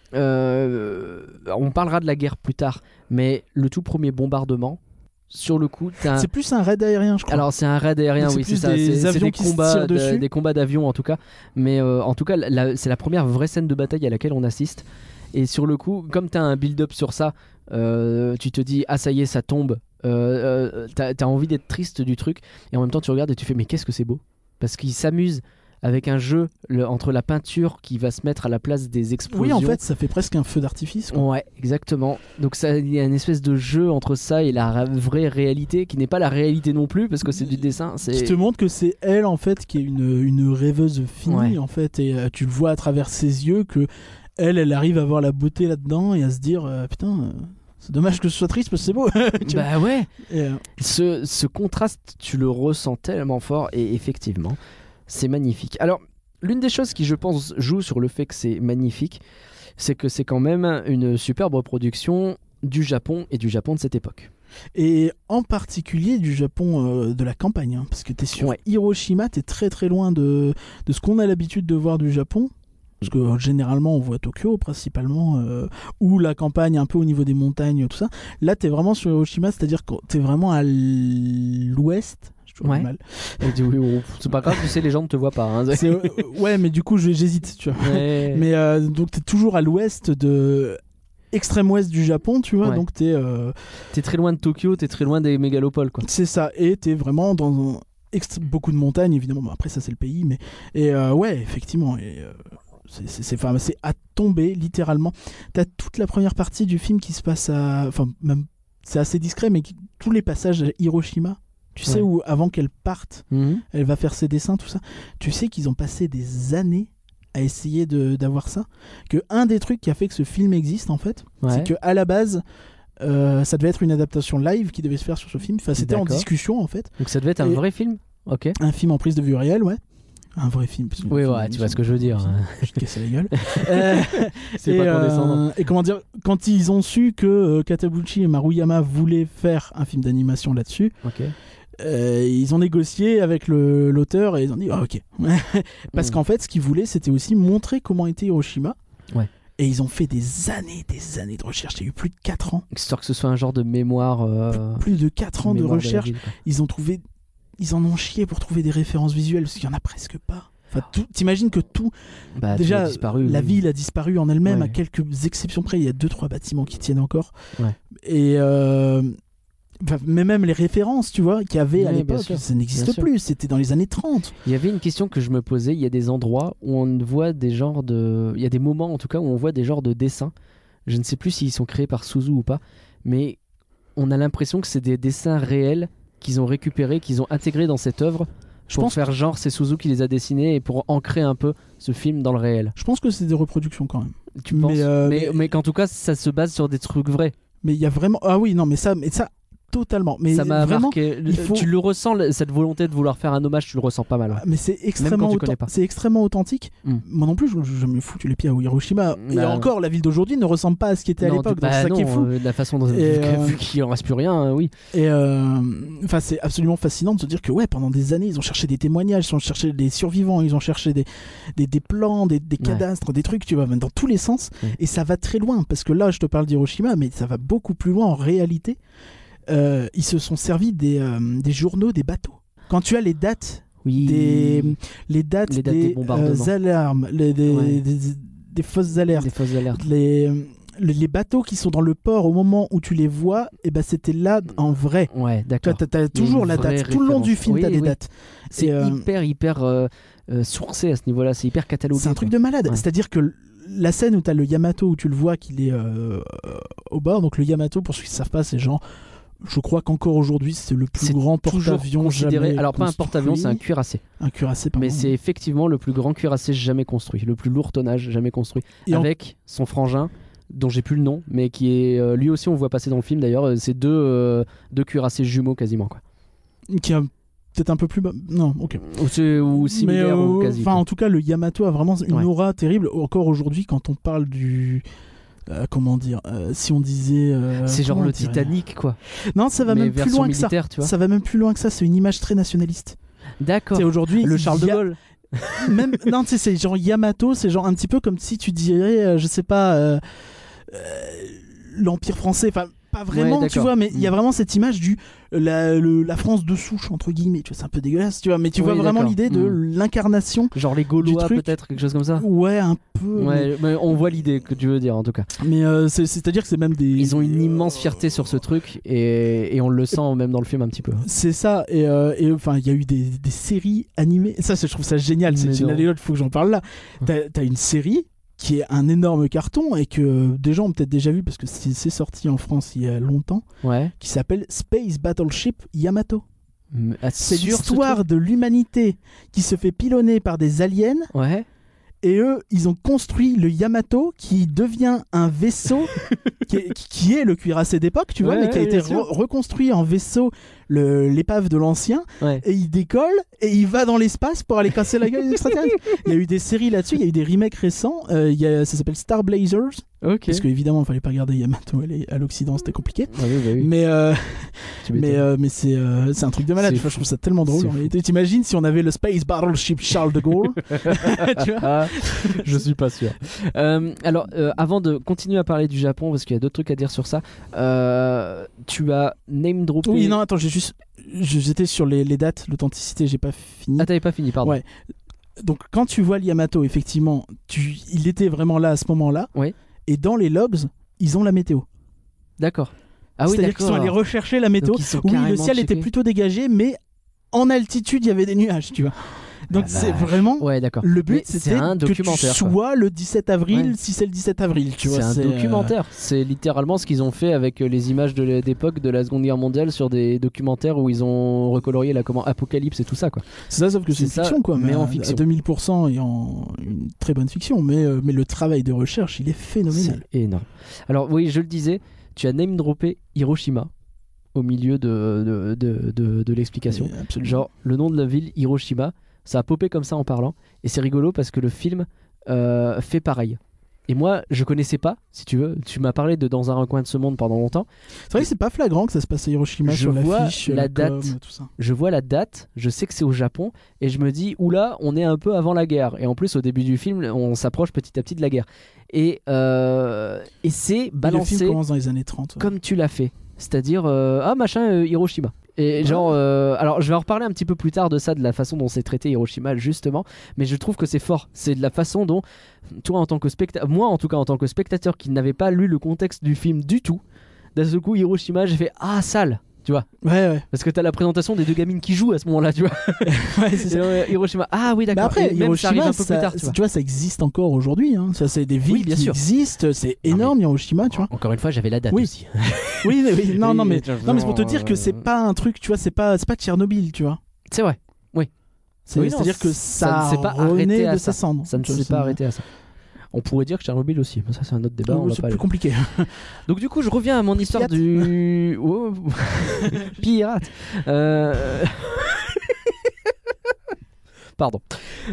on parlera de la guerre plus tard, mais le tout premier bombardement, sur le coup, c'est plus un raid aérien, je crois. Alors c'est un raid aérien, oui, c'est ça. C'est des combats, des combats d'avions en tout cas. Mais en tout cas, c'est la première vraie scène de bataille à laquelle on assiste. Et sur le coup, comme t'as un build-up sur ça, tu te dis ah ça y est, ça tombe. T'as envie d'être triste du truc, et en même temps tu regardes et tu fais mais qu'est-ce que c'est beau, parce qu'il s'amuse avec un jeu entre la peinture qui va se mettre à la place des explosions. Oui, en fait, ça fait presque un feu d'artifice, quoi. Ouais, exactement. Donc il y a une espèce de jeu entre ça et la vraie réalité, qui n'est pas la réalité non plus, parce que c'est du dessin. Qui te montre que c'est elle, en fait, qui est une rêveuse finie, ouais. En fait, et tu le vois à travers ses yeux que elle arrive à voir la beauté là-dedans et à se dire putain. C'est dommage que ce soit triste parce que c'est beau. Bah ouais. Et ce contraste, tu le ressens tellement fort, et effectivement, c'est magnifique. Alors, l'une des choses qui, je pense, joue sur le fait que c'est magnifique, c'est que c'est quand même une superbe reproduction du Japon et du Japon de cette époque. Et en particulier du Japon de la campagne, hein, parce que t'es sur Hiroshima, t'es très très loin de ce qu'on a l'habitude de voir du Japon. Parce que généralement on voit Tokyo principalement, ou la campagne un peu au niveau des montagnes, tout ça. Là t'es vraiment sur Hiroshima, c'est-à-dire que t'es vraiment à l'ouest. J'ai toujours mal. C'est pas grave, tu sais, les gens ne te voient pas. Hein. Ouais, mais du coup j'hésite, tu vois. Ouais. Mais donc t'es toujours à l'ouest de... extrême ouest du Japon, tu vois, donc t'es très loin de Tokyo, t'es très loin des mégalopoles, quoi. C'est ça, et t'es vraiment dans beaucoup de montagnes, évidemment. Bon, après ça c'est le pays, mais ouais, effectivement. Et c'est à tomber littéralement. T'as toute la première partie du film qui se passe enfin même c'est assez discret, mais tous les passages à Hiroshima, tu sais, où avant qu'elle parte, elle va faire ses dessins, tout ça. Tu sais qu'ils ont passé des années à essayer d'avoir ça. Que un des trucs qui a fait que ce film existe, en fait, c'est que à la base ça devait être une adaptation live qui devait se faire sur ce film. Enfin, c'était en discussion, en fait. Donc ça devait être un vrai film. Ok. Un film en prise de vue réelle, ouais. Un vrai film. Oui, ouais, tu vois ce que je veux dire. Je te casse la gueule. C'est pas condescendant. Et comment dire, quand ils ont su que Katabuchi et Maruyama voulaient faire un film d'animation là-dessus, ils ont négocié avec l'auteur et ils ont dit ok. Parce qu'en fait, ce qu'ils voulaient, c'était aussi montrer comment était Hiroshima. Ouais. Et ils ont fait des années de recherche. Il y a eu plus de 4 ans. Histoire que ce soit un genre de mémoire. Plus de 4 ans de recherche. Ils en ont chié pour trouver des références visuelles, parce qu'il n'y en a presque pas. Enfin, t'imagines que tout... déjà, la ville a disparu en elle-même, à quelques exceptions près. Il y a 2-3 bâtiments qui tiennent encore. Ouais. Et... mais même les références, tu vois, qu'il y avait à l'époque, ça n'existe plus. C'était dans les années 30. Il y avait une question que je me posais. Il y a des endroits où on voit des genres de... Il y a des moments, en tout cas, où on voit des genres de dessins. Je ne sais plus s'ils sont créés par Suzu ou pas, mais on a l'impression que c'est des dessins réels qu'ils ont récupérés, qu'ils ont intégrés dans cette œuvre pour faire genre c'est Suzu qui les a dessinés et pour ancrer un peu ce film dans le réel. Je pense que c'est des reproductions quand même. Tu penses mais qu'en tout cas ça se base sur des trucs vrais. Mais il y a vraiment... Ah oui, non, mais ça totalement. Mais ça m'a vraiment marqué. Tu le ressens, cette volonté de vouloir faire un hommage, tu le ressens pas mal. Ouais. Mais c'est extrêmement authentique. Moi non plus, je me foutu les pieds à Hiroshima. Et encore, la ville d'aujourd'hui ne ressemble pas à ce qui était à l'époque. C'est ça qui est fou. La façon dont vu qu'il en reste plus rien, oui. Et enfin, c'est absolument fascinant de se dire que pendant des années, ils ont cherché des témoignages, ils ont cherché des survivants, ils ont cherché des plans, des cadastres, des trucs, tu vois, dans tous les sens. Et ça va très loin, parce que là, je te parle d'Hiroshima, mais ça va beaucoup plus loin en réalité. Ils se sont servis des journaux des bateaux. Quand tu as les dates, les dates des alarmes, des fausses alertes, les bateaux qui sont dans le port au moment où tu les vois, et c'était là en vrai. Ouais, d'accord. T'as toujours la date. Tout le long du film, t'as des dates. C'est hyper sourcé à ce niveau-là. C'est hyper catalogué. C'est un truc de malade. Ouais. C'est-à-dire que la scène où t'as le Yamato, où tu le vois qu'il est au bord, donc le Yamato, pour ceux qui ne savent pas, c'est genre... Je crois qu'encore aujourd'hui, c'est le plus grand porte-avions jamais Alors, construit. pas un porte-avions, c'est un cuirassé. Un cuirassé, pardon. Mais c'est effectivement le plus grand cuirassé jamais construit, le plus lourd tonnage jamais construit. Et avec son frangin, dont j'ai plus le nom, mais qui est lui aussi, on voit passer dans le film d'ailleurs, c'est deux cuirassés jumeaux quasiment, quoi. Qui a peut-être un peu plus bas. Non, ok. Ou similaire, ou quasi. Enfin, en tout cas, le Yamato a vraiment une aura terrible. Encore aujourd'hui, quand on parle comment dire, si on disait... C'est genre comment le on dirait Titanic, quoi. Non, ça va Mais même plus version loin que ça. militaire, tu vois. Ça va même plus loin que ça, c'est une image très nationaliste. D'accord. C'est aujourd'hui... Le Charles de Gaulle. Même... Non, tu sais, c'est genre Yamato, c'est genre un petit peu comme si tu dirais, je sais pas, l'Empire français, enfin... Pas vraiment, Ouais, tu d'accord. vois, mais il y a vraiment cette image du la France de souche, entre guillemets. Tu vois, c'est un peu dégueulasse, tu vois, mais tu vois Oui, vraiment d'accord. l'idée de l'incarnation. Genre les Gaulois, truc. peut-être, quelque chose comme ça. Ouais, un peu. Ouais, mais on voit l'idée que tu veux dire, en tout cas. Mais c'est-à-dire que c'est même des. Ils ont une immense fierté sur ce truc, et on le sent même dans le film un petit peu. C'est ça, et enfin, il y a eu des séries animées. Ça, je trouve ça génial. C'est Mais une non. anecdote, il faut que j'en parle là. T'as une série qui est un énorme carton et que des gens ont peut-être déjà vu parce que c'est sorti en France il y a longtemps, Ouais. qui s'appelle Space Battleship Yamato. C'est Sur ce l'histoire de l'humanité qui se fait pilonner par des aliens. truc. Ouais. Et eux, ils ont construit le Yamato qui devient un vaisseau qui est le cuirassé d'époque, tu vois, Ouais, mais qui a ouais, été bien sûr. reconstruit en vaisseau, l'épave de l'ancien. Ouais. Et il décolle et il va dans l'espace pour aller casser la gueule des extraterrestres. Il y a eu des séries là-dessus, il y a eu des remakes récents. Ça s'appelle Star Blazers. Ok. Parce qu'évidemment, il fallait pas garder Yamato à l'Occident, c'était compliqué. Ah oui, bah oui. Mais, Tu m'étonnes. mais c'est un truc de malade. C'est Tu vois, je fou. trouve ça tellement drôle. C'est En fou. réalité, t'imagines si on avait le Space Battleship Charles de Gaulle. Tu vois Ah, je suis pas sûr. Alors, avant de continuer à parler du Japon, parce qu'il y a d'autres trucs à dire sur ça, tu as name droppé. Oui, non, attends, j'étais sur les dates, l'authenticité, j'ai pas fini. Ah, t'avais pas fini, pardon. Ouais. Donc, quand tu vois le Yamato, effectivement, il était vraiment là à ce moment-là. Oui. Et dans les logs, ils ont la météo. D'accord. Ah oui, C'est-à-dire d'accord. qu'ils sont allés rechercher la météo. Donc, ils sont Oui, le carrément ciel était checkés. plutôt dégagé, mais en altitude, il y a des nuages, tu vois. Donc, Ah, c'est vache. vraiment. Ouais, d'accord. Le but, Mais c'est c'était un que tu documentaire, quoi. sois le 17 avril, Ouais. si c'est le 17 avril, tu vois. C'est un documentaire. C'est littéralement ce qu'ils ont fait avec les images d'époque de la Seconde Guerre mondiale sur des documentaires où ils ont recolorié la Apocalypse et tout ça, quoi. C'est ça, sauf que c'est C'est une ça, fiction, quoi. mais en à fiction. 2000% et en une très bonne fiction. Mais le travail de recherche, il est phénoménal. C'est énorme. Alors oui, je le disais, tu as name droppé Hiroshima au milieu de l'explication. Absolument. Genre le nom de la ville Hiroshima, ça a popé comme ça en parlant, et c'est rigolo parce que le film fait pareil. Et moi, je connaissais pas, si tu veux. Tu m'as parlé de Dans un recoin de ce monde pendant longtemps. C'est vrai que c'est pas flagrant que ça se passe à Hiroshima Je sur vois l'affiche, la com, date. tout ça. Je vois la date, je sais que c'est au Japon, et je me dis, oula, on est un peu avant la guerre. Et en plus, au début du film, on s'approche petit à petit de la guerre. Et c'est Et le balancé film commence dans les années 30. Ouais. comme tu l'as fait. C'est-à-dire, ah machin, Hiroshima. Et genre, alors je vais en reparler un petit peu plus tard de ça, de la façon dont c'est traité Hiroshima justement, mais je trouve que c'est fort. C'est de la façon dont, toi en tant que spectateur, moi en tout cas en tant que spectateur qui n'avait pas lu le contexte du film du tout, d'un seul coup Hiroshima, j'ai fait ah sale, tu vois, Ouais. parce que t'as la présentation des deux gamines qui jouent à ce moment-là, tu vois. Ouais, c'est ça. Hiroshima, ah oui Mais d'accord. après, Et même ça arrive Hiroshima, un peu plus tard, tu vois. tu vois, ça existe encore aujourd'hui. Hein. Ça, c'est des villes Oui, bien qui sûr. existent. C'est énorme, Hiroshima, tu vois. Encore une fois, j'avais la date Oui. aussi. Oui, non, Oui, mais genre, c'est pour te dire que c'est pas un truc, tu vois, c'est pas Tchernobyl, tu vois. C'est vrai. Oui, non, C'est-à-dire que ça ça, ne s'est pas arrêté renaît à de ça. ses cendres. Ça ne Tu vois, s'est pas arrêté à ça. On pourrait dire que Tchernobyl aussi, mais ça c'est un autre débat. On va C'est pas plus aller. compliqué. Donc du coup, je reviens à mon histoire Pirate. du Oh. Pirate. Pardon.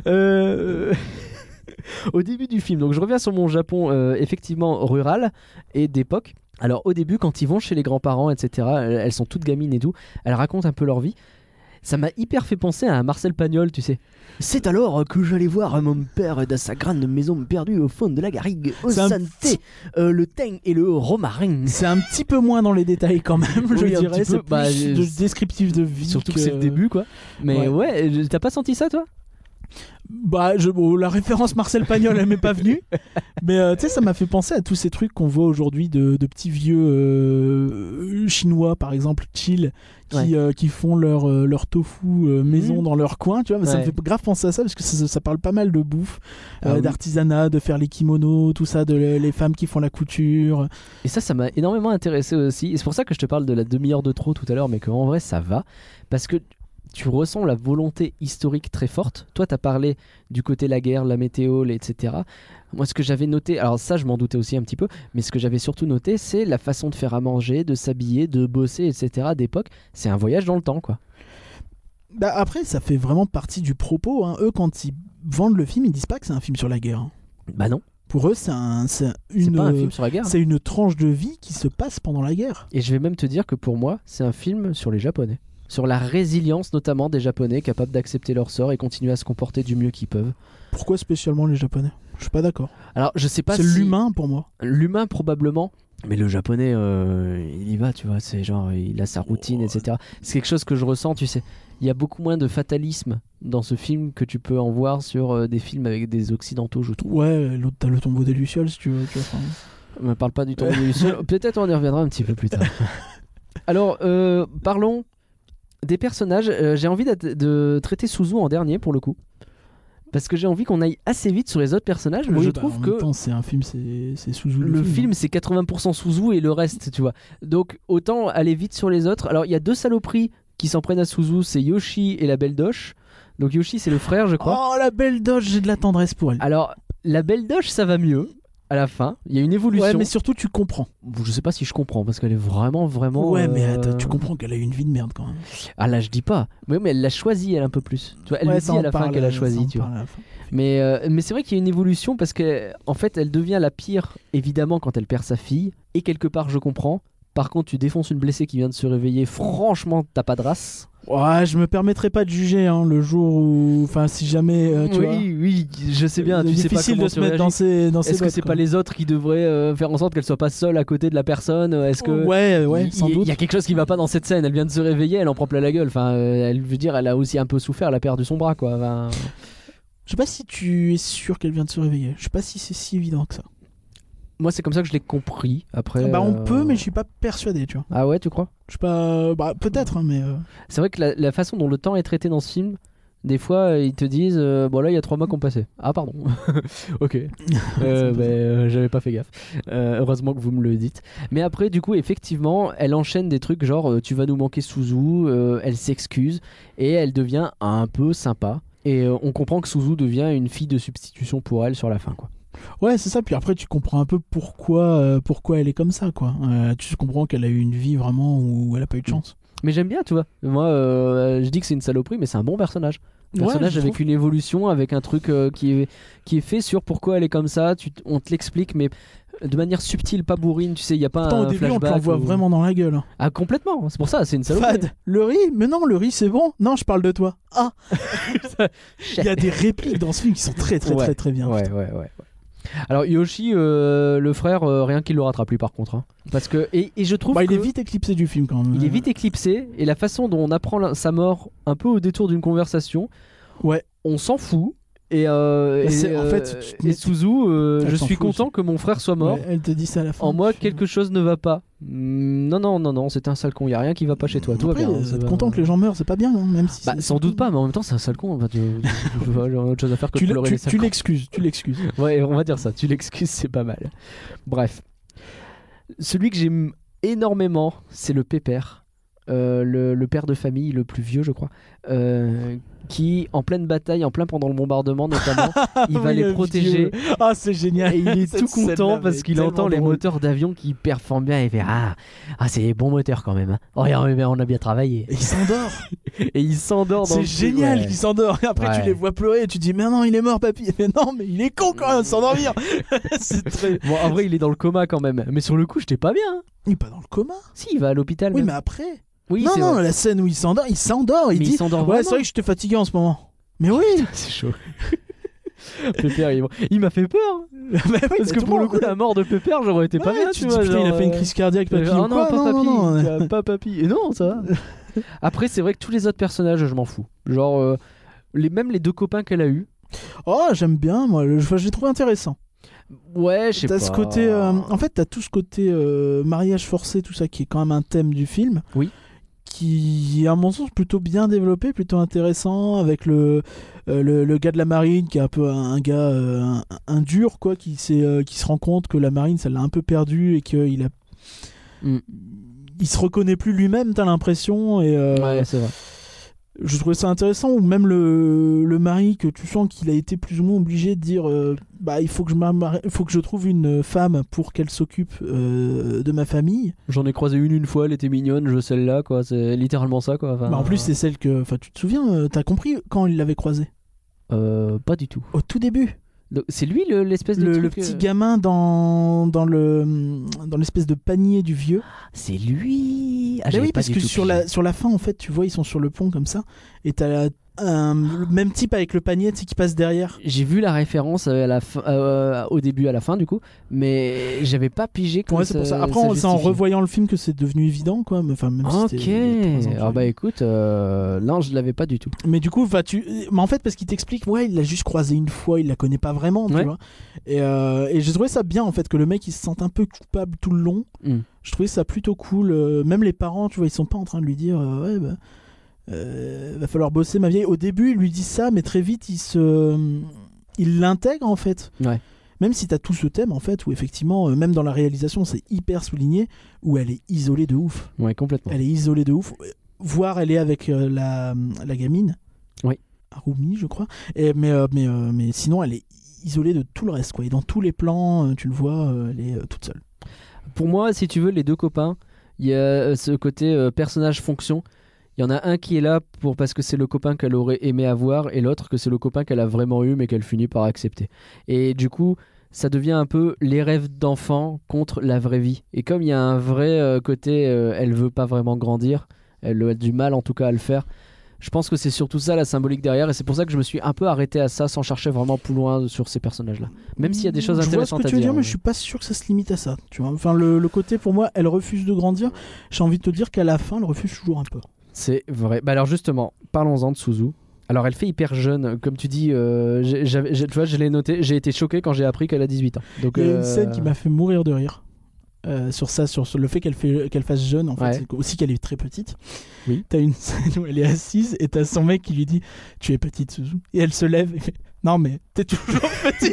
Au début du film, donc je reviens sur mon Japon effectivement rural et d'époque. Alors au début, quand ils vont chez les grands-parents, etc., elles sont toutes gamines et tout, elles racontent un peu leur vie. Ça m'a hyper fait penser à un Marcel Pagnol, tu sais. C'est alors que j'allais voir mon père dans sa grande maison perdue au fond de la garrigue, au C'est un santé, le thym et le romarin. C'est un petit peu moins dans les détails quand même, je Oui, un dirais. petit peu. C'est plus Bah, de descriptif de vie. Surtout que c'est le début, quoi. Mais ouais, t'as pas senti ça, toi? Bah, la référence Marcel Pagnol, elle m'est pas venue. Mais tu sais, ça m'a fait penser à tous ces trucs qu'on voit aujourd'hui de petits vieux chinois, par exemple, chill, qui font leur tofu maison dans leur coin, tu vois. Mais ça me fait grave penser à ça parce que ça parle pas mal de bouffe, d'artisanat, de faire les kimonos, tout ça, les femmes qui font la couture. Et ça m'a énormément intéressé aussi. Et c'est pour ça que je te parle de la demi-heure de trop tout à l'heure, mais qu'en vrai, ça va. Parce que tu ressens la volonté historique très forte. Toi, tu as parlé du côté la guerre, la météo, etc. Moi, ce que j'avais noté, alors ça, je m'en doutais aussi un petit peu, mais ce que j'avais surtout noté, c'est la façon de faire à manger, de s'habiller, de bosser, etc. d'époque. C'est un voyage dans le temps, quoi. Bah, après, ça fait vraiment partie du propos. Hein. Eux, quand ils vendent le film, ils disent pas que c'est un film sur la guerre. Hein. Bah non. Pour eux, c'est C'est pas un film sur la guerre. c'est une tranche de vie qui se passe pendant la guerre. Et je vais même te dire que pour moi, c'est un film sur les Japonais. Sur la résilience notamment des Japonais capables d'accepter leur sort et continuer à se comporter du mieux qu'ils peuvent. Pourquoi spécialement les Japonais? Je suis pas d'accord. Alors je sais pas C'est si... l'humain pour moi. L'humain probablement. Mais le Japonais, il y va, tu vois. C'est genre, il a sa routine, etc. C'est quelque chose que je ressens, tu sais. Il y a beaucoup moins de fatalisme dans ce film que tu peux en voir sur des films avec des occidentaux, je trouve. Ouais, l'autre t'as le tombeau des Lucioles si tu veux. On ne parle pas du tombeau des Lucioles. Peut-être on y reviendra un petit peu plus tard. Alors, parlons des personnages. J'ai envie de traiter Suzu en dernier pour le coup. Parce que j'ai envie qu'on aille assez vite sur les autres personnages. Mais Oui, je bah, trouve en que même temps, c'est un film, c'est Suzu. le film c'est 80% Suzu et le reste, tu vois. Donc autant aller vite sur les autres. Alors il y a deux saloperies qui s'en prennent à Suzu, c'est Yoshi et la Belle Doche. Donc Yoshi c'est le frère, je crois. Oh, la Belle Doge, j'ai de la tendresse pour elle. Alors la Belle Doche ça va mieux à la fin. Il y a une évolution. Ouais, mais surtout tu comprends. Je sais pas si je comprends parce qu'elle est vraiment. Ouais, mais attends, tu comprends qu'elle a eu une vie de merde quand même. Ah là je dis pas. Mais elle l'a choisi elle un peu plus. Tu vois, elle Ouais, le ça, dit à on la fin parle, qu'elle a ça, choisi. on Tu vois. parle à la fin. Mais c'est vrai qu'il y a une évolution parce que en fait elle devient la pire évidemment quand elle perd sa fille et quelque part je comprends. Par contre tu défonces une blessée qui vient de se réveiller, franchement t'as pas de race. Ouais, je me permettrai pas de juger le jour où, enfin, si jamais tu vois. Oui, je sais bien. Tu sais pas difficile comment de se mettre dans ses Est-ce que bottes, c'est quoi. pas les autres qui devraient faire en sorte qu'elle soit pas seule à côté de la personne? Est-ce que Ouais, sans il doute. y a quelque chose qui va pas dans cette scène? Elle vient de se réveiller, elle en prend plein la gueule. Enfin, elle veut dire, elle a aussi un peu souffert, elle a perdu son bras, quoi. Enfin, Je sais pas si tu es sûr qu'elle vient de se réveiller. Je sais pas si c'est si évident que ça. moi, c'est comme ça que je l'ai compris. Après, Bah, on peut, mais je suis pas persuadé, tu vois. Ah ouais, tu crois? Je suis pas. Bah, peut-être, hein, mais. C'est vrai que la façon dont le temps est traité dans ce film, des fois ils te disent bon là il y a 3 mois qui ont passé. Ah pardon. Ok. J'avais pas fait gaffe. Heureusement que vous me le dites. Mais après du coup effectivement elle enchaîne des trucs genre tu vas nous manquer Suzu, elle s'excuse et elle devient un peu sympa. Et on comprend que Suzu devient une fille de substitution pour elle sur la fin quoi. Ouais, c'est ça. Puis après, tu comprends un peu pourquoi elle est comme ça, quoi. Tu comprends qu'elle a eu une vie vraiment où elle a pas eu de chance. Mais j'aime bien tu vois. Moi je dis que c'est une saloperie mais c'est un bon personnage. Personnage je avec trouve. une évolution, avec un truc qui est fait sur pourquoi elle est comme ça. On te l'explique, mais de manière subtile, pas bourrine. Tu sais, il y a pas Pourtant, un au début, on te flashback. l'envoie vraiment dans la gueule. Hein. Ah complètement. C'est pour ça, c'est une saloperie. Fad, le riz? Mais non, le riz, c'est bon. Non, je parle de toi. Ah, il y a des répliques dans ce film qui sont très, très, Ouais. très, très bien. Ouais. Alors Yoshi, le frère, rien qu'il le rattrape lui par contre. Hein. Parce que et je trouve Bah, il que est vite éclipsé du film quand même. il est vite éclipsé et la façon dont on apprend sa mort un peu au détour d'une conversation, Ouais. on s'en fout. Et, c'est- en fait, et Suzu, Elle je s'en suis fout content que mon frère soit mort. Ouais, elle te dit ça à la fin. En moi, Tu- quelque chose ne va pas. Non, c'est un sale con. Y a rien qui va pas chez toi. Tout va Après, bien. ça être va. content que les gens meurent, c'est pas bien, hein, même si. Bah, c'est- sans doute pas, mais en même temps, c'est un sale con. Enfin, j'ai autre chose à faire que de pleurer les sales tu cons. l'excuses, tu l'excuses. Ouais, on va dire ça. Tu l'excuses, c'est pas mal. Bref. Celui que j'aime énormément, c'est le pépère. Le père de famille, le plus vieux, je crois. Qui, en pleine bataille, en plein pendant le bombardement notamment, il va Oui, les le protéger. vieux. Ah, c'est génial. Et il est Cette tout content scène-là, parce mais qu'il tellement entend les drôle. moteurs d'avion qui performent bien et il fait ah c'est des bons moteurs quand même. Hein. Oh, regarde, on a bien travaillé. Et il s'endort. Et il s'endort dans C'est le truc, génial ouais. qu'il s'endort. Et après, Ouais. tu les vois pleurer et tu dis, mais non, il est mort, papy. Mais non, mais il est con quand même de s'endormir. C'est très. Bon, en vrai, il est dans le coma quand même. Mais sur le coup, j'étais pas bien. Hein. Il est pas dans le coma. Si, il va à l'hôpital. Oui, même. mais après. Oui, non, c'est non, vrai. la scène où il s'endort. Il Mais dit, il s'endort ouais, vraiment. c'est vrai que j'étais fatigué en ce moment. Mais oui. C'est chaud. Pépère, il m'a fait peur. Hein. Bah oui, Parce mais que tout pour le monde- coup, la mort de Pépère, j'aurais été pas Ouais, bien. tu Tu te dis, vois, putain, il a genre, fait une crise cardiaque, papy. Ah ou non, quoi pas papy. non. Pas papy. Et non, ça va. Après, c'est vrai que tous les autres personnages, je m'en fous. Genre, même les deux copains qu'elle a eu. Oh, j'aime bien, moi. J'ai trouvé intéressant. Ouais, je sais pas. T'as ce côté. En fait, t'as tout ce côté mariage forcé, tout ça, qui est quand même un thème du film. Oui. Qui est, à mon sens, plutôt bien développé, plutôt intéressant, avec le gars de la marine, qui est un peu un gars, un dur, quoi, qui se rend compte que la marine, ça l'a un peu perdu et qu'il a. Mm. Il se reconnaît plus lui-même, t'as l'impression. Et, Ouais, c'est vrai. je trouvais ça intéressant, ou même le mari, que tu sens qu'il a été plus ou moins obligé de dire bah il faut que je trouve une femme pour qu'elle s'occupe de ma famille. J'en ai croisé une fois, elle était mignonne, je celle-là, quoi. C'est littéralement ça, quoi. Enfin, Bah, en plus c'est celle que, enfin tu te souviens, t'as compris quand il l'avait croisée pas du tout. au tout début. Donc, c'est lui l'espèce de Le truc, petit gamin dans l'espèce de panier du vieux. C'est lui. Ah, Bah j'avais oui, pas parce du que tout sur la fin, en fait, tu vois, ils sont sur le pont comme ça, et t'as le même type avec le panier, tu sais, qui passe derrière. J'ai vu la référence à la au début à la fin du coup, mais j'avais pas pigé que Ouais, c'est pour ça. Après, c'est en revoyant le film que c'est devenu évident, quoi. Mais, enfin, même si Ok. c'était il y a 3 ans que Ah j'ai bah vu. écoute, non, je l'avais pas du tout. Mais du coup, mais en fait, parce qu'il t'explique, ouais, il l'a juste croisé une fois, il la connaît pas vraiment, tu Ouais. vois. Et j'ai trouvé ça bien, en fait, que le mec il se sente un peu coupable tout le long. Je trouvais ça plutôt cool. Même les parents, tu vois, ils sont pas en train de lui dire, ouais, bah. Va falloir bosser, ma vieille. Au début, il lui dit ça, mais très vite, il l'intègre, en fait. Ouais. Même si t'as tout ce thème, en fait, où effectivement, même dans la réalisation, c'est hyper souligné, où elle est isolée de ouf. Ouais, complètement. Elle est isolée de ouf. Voire, elle est avec la gamine. Oui. Harumi, je crois. Mais sinon, elle est isolée de tout le reste, quoi. Et dans tous les plans, tu le vois, elle est toute seule. Pour moi, si tu veux, les deux copains, il y a ce côté personnage-fonction. Il y en a un qui est là parce que c'est le copain qu'elle aurait aimé avoir et l'autre que c'est le copain qu'elle a vraiment eu mais qu'elle finit par accepter. Et du coup, ça devient un peu les rêves d'enfant contre la vraie vie. Et comme il y a un vrai côté, elle veut pas vraiment grandir, elle a du mal en tout cas à le faire. Je pense que c'est surtout ça la symbolique derrière et c'est pour ça que je me suis un peu arrêté à ça sans chercher vraiment plus loin sur ces personnages-là. Même s'il y a des choses Je vois intéressantes ce que à tu veux dire, dire. mais je suis pas sûr que ça se limite à ça. Tu vois, enfin, le côté pour moi, elle refuse de grandir. J'ai envie de te dire qu'à la fin, elle refuse toujours un peu. C'est vrai. Bah alors justement, parlons-en de Suzu. Alors elle fait hyper jeune, comme tu dis, tu vois, je l'ai noté, j'ai été choqué quand j'ai appris qu'elle a 18 ans. Donc, Il y a une scène qui m'a fait mourir de rire. Sur le fait qu'elle fasse jeune, en fait, Ouais. c'est aussi qu'elle est très petite. Oui. T'as une scène où elle est assise et t'as son mec qui lui dit tu es petite, Suzu. Et elle se lève et fait non, mais t'es toujours petite.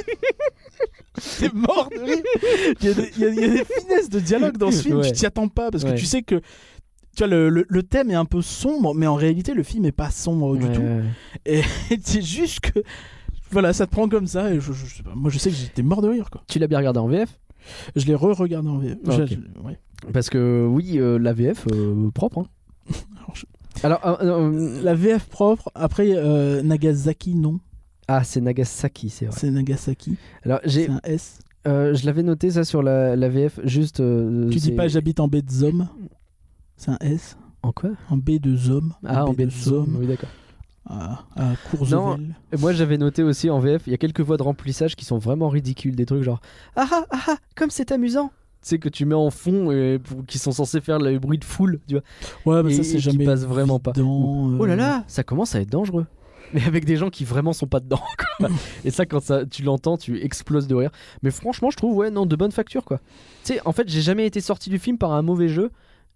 T'es mort de rire. Il y a des finesses de dialogue dans ce film, Ouais. tu t'y attends pas parce que Ouais. tu sais que tu vois, le thème est un peu sombre, mais en réalité, le film est pas sombre du tout. Et c'est juste que voilà, ça te prend comme ça. Et je sais pas, moi, je sais que j'étais mort de rire, quoi. Tu l'as bien regardé en VF? Je l'ai re-regardé en VF. Ok. Ouais. Parce que oui, la VF propre. Hein. Alors, La VF propre, après Nagasaki, non. ah, c'est Nagasaki, c'est vrai. C'est Nagasaki. Alors C'est un S. je l'avais noté ça sur la VF, juste. Tu dis pas j'habite en baie de Zom. C'est un S. En quoi? En baie de Zom. Ah, en baie de Somme. Oui, d'accord. À Courchevel. Moi j'avais noté aussi en VF, il y a quelques voix de remplissage qui sont vraiment ridicules, des trucs genre comme c'est amusant. Tu sais que tu mets en fond qui sont censés faire le bruit de foule, tu vois. Ouais, mais ça et c'est qui jamais passe vraiment pas. évident, Oh là là, ça commence à être dangereux. Mais avec des gens qui vraiment sont pas dedans, quoi. Et ça, quand tu l'entends, tu exploses de rire. Mais franchement, je trouve, ouais, non, de bonne facture, quoi. Tu sais, en fait, j'ai jamais été sorti du film par un mauvais jeu.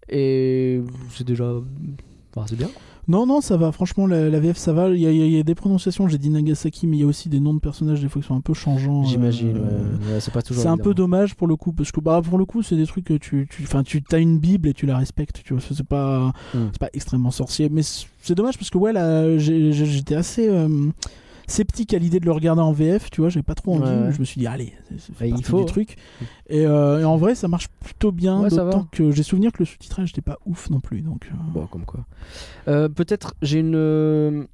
Et c'est déjà. Enfin, c'est bien. Non, ça va. Franchement, la VF, ça va. Il y a des prononciations. J'ai dit Nagasaki, mais il y a aussi des noms de personnages des fois qui sont un peu changeants. J'imagine, ouais, c'est pas toujours. C'est un évident. peu dommage pour le coup, parce que pour le coup, c'est des trucs que tu as une Bible et tu la respectes. Tu vois, c'est pas extrêmement sorcier, mais c'est dommage parce que ouais, là, j'étais assez sceptique à l'idée de le regarder en VF. Tu vois, j'avais pas trop envie. Ouais. Mais je me suis dit allez, c'est Bah, il partie faut. du truc. Et en vrai, ça marche plutôt bien. Ouais, ça D'autant va. que j'ai souvenir que le sous-titrage n'était pas ouf non plus. Donc Bon, comme quoi. Peut-être j'ai une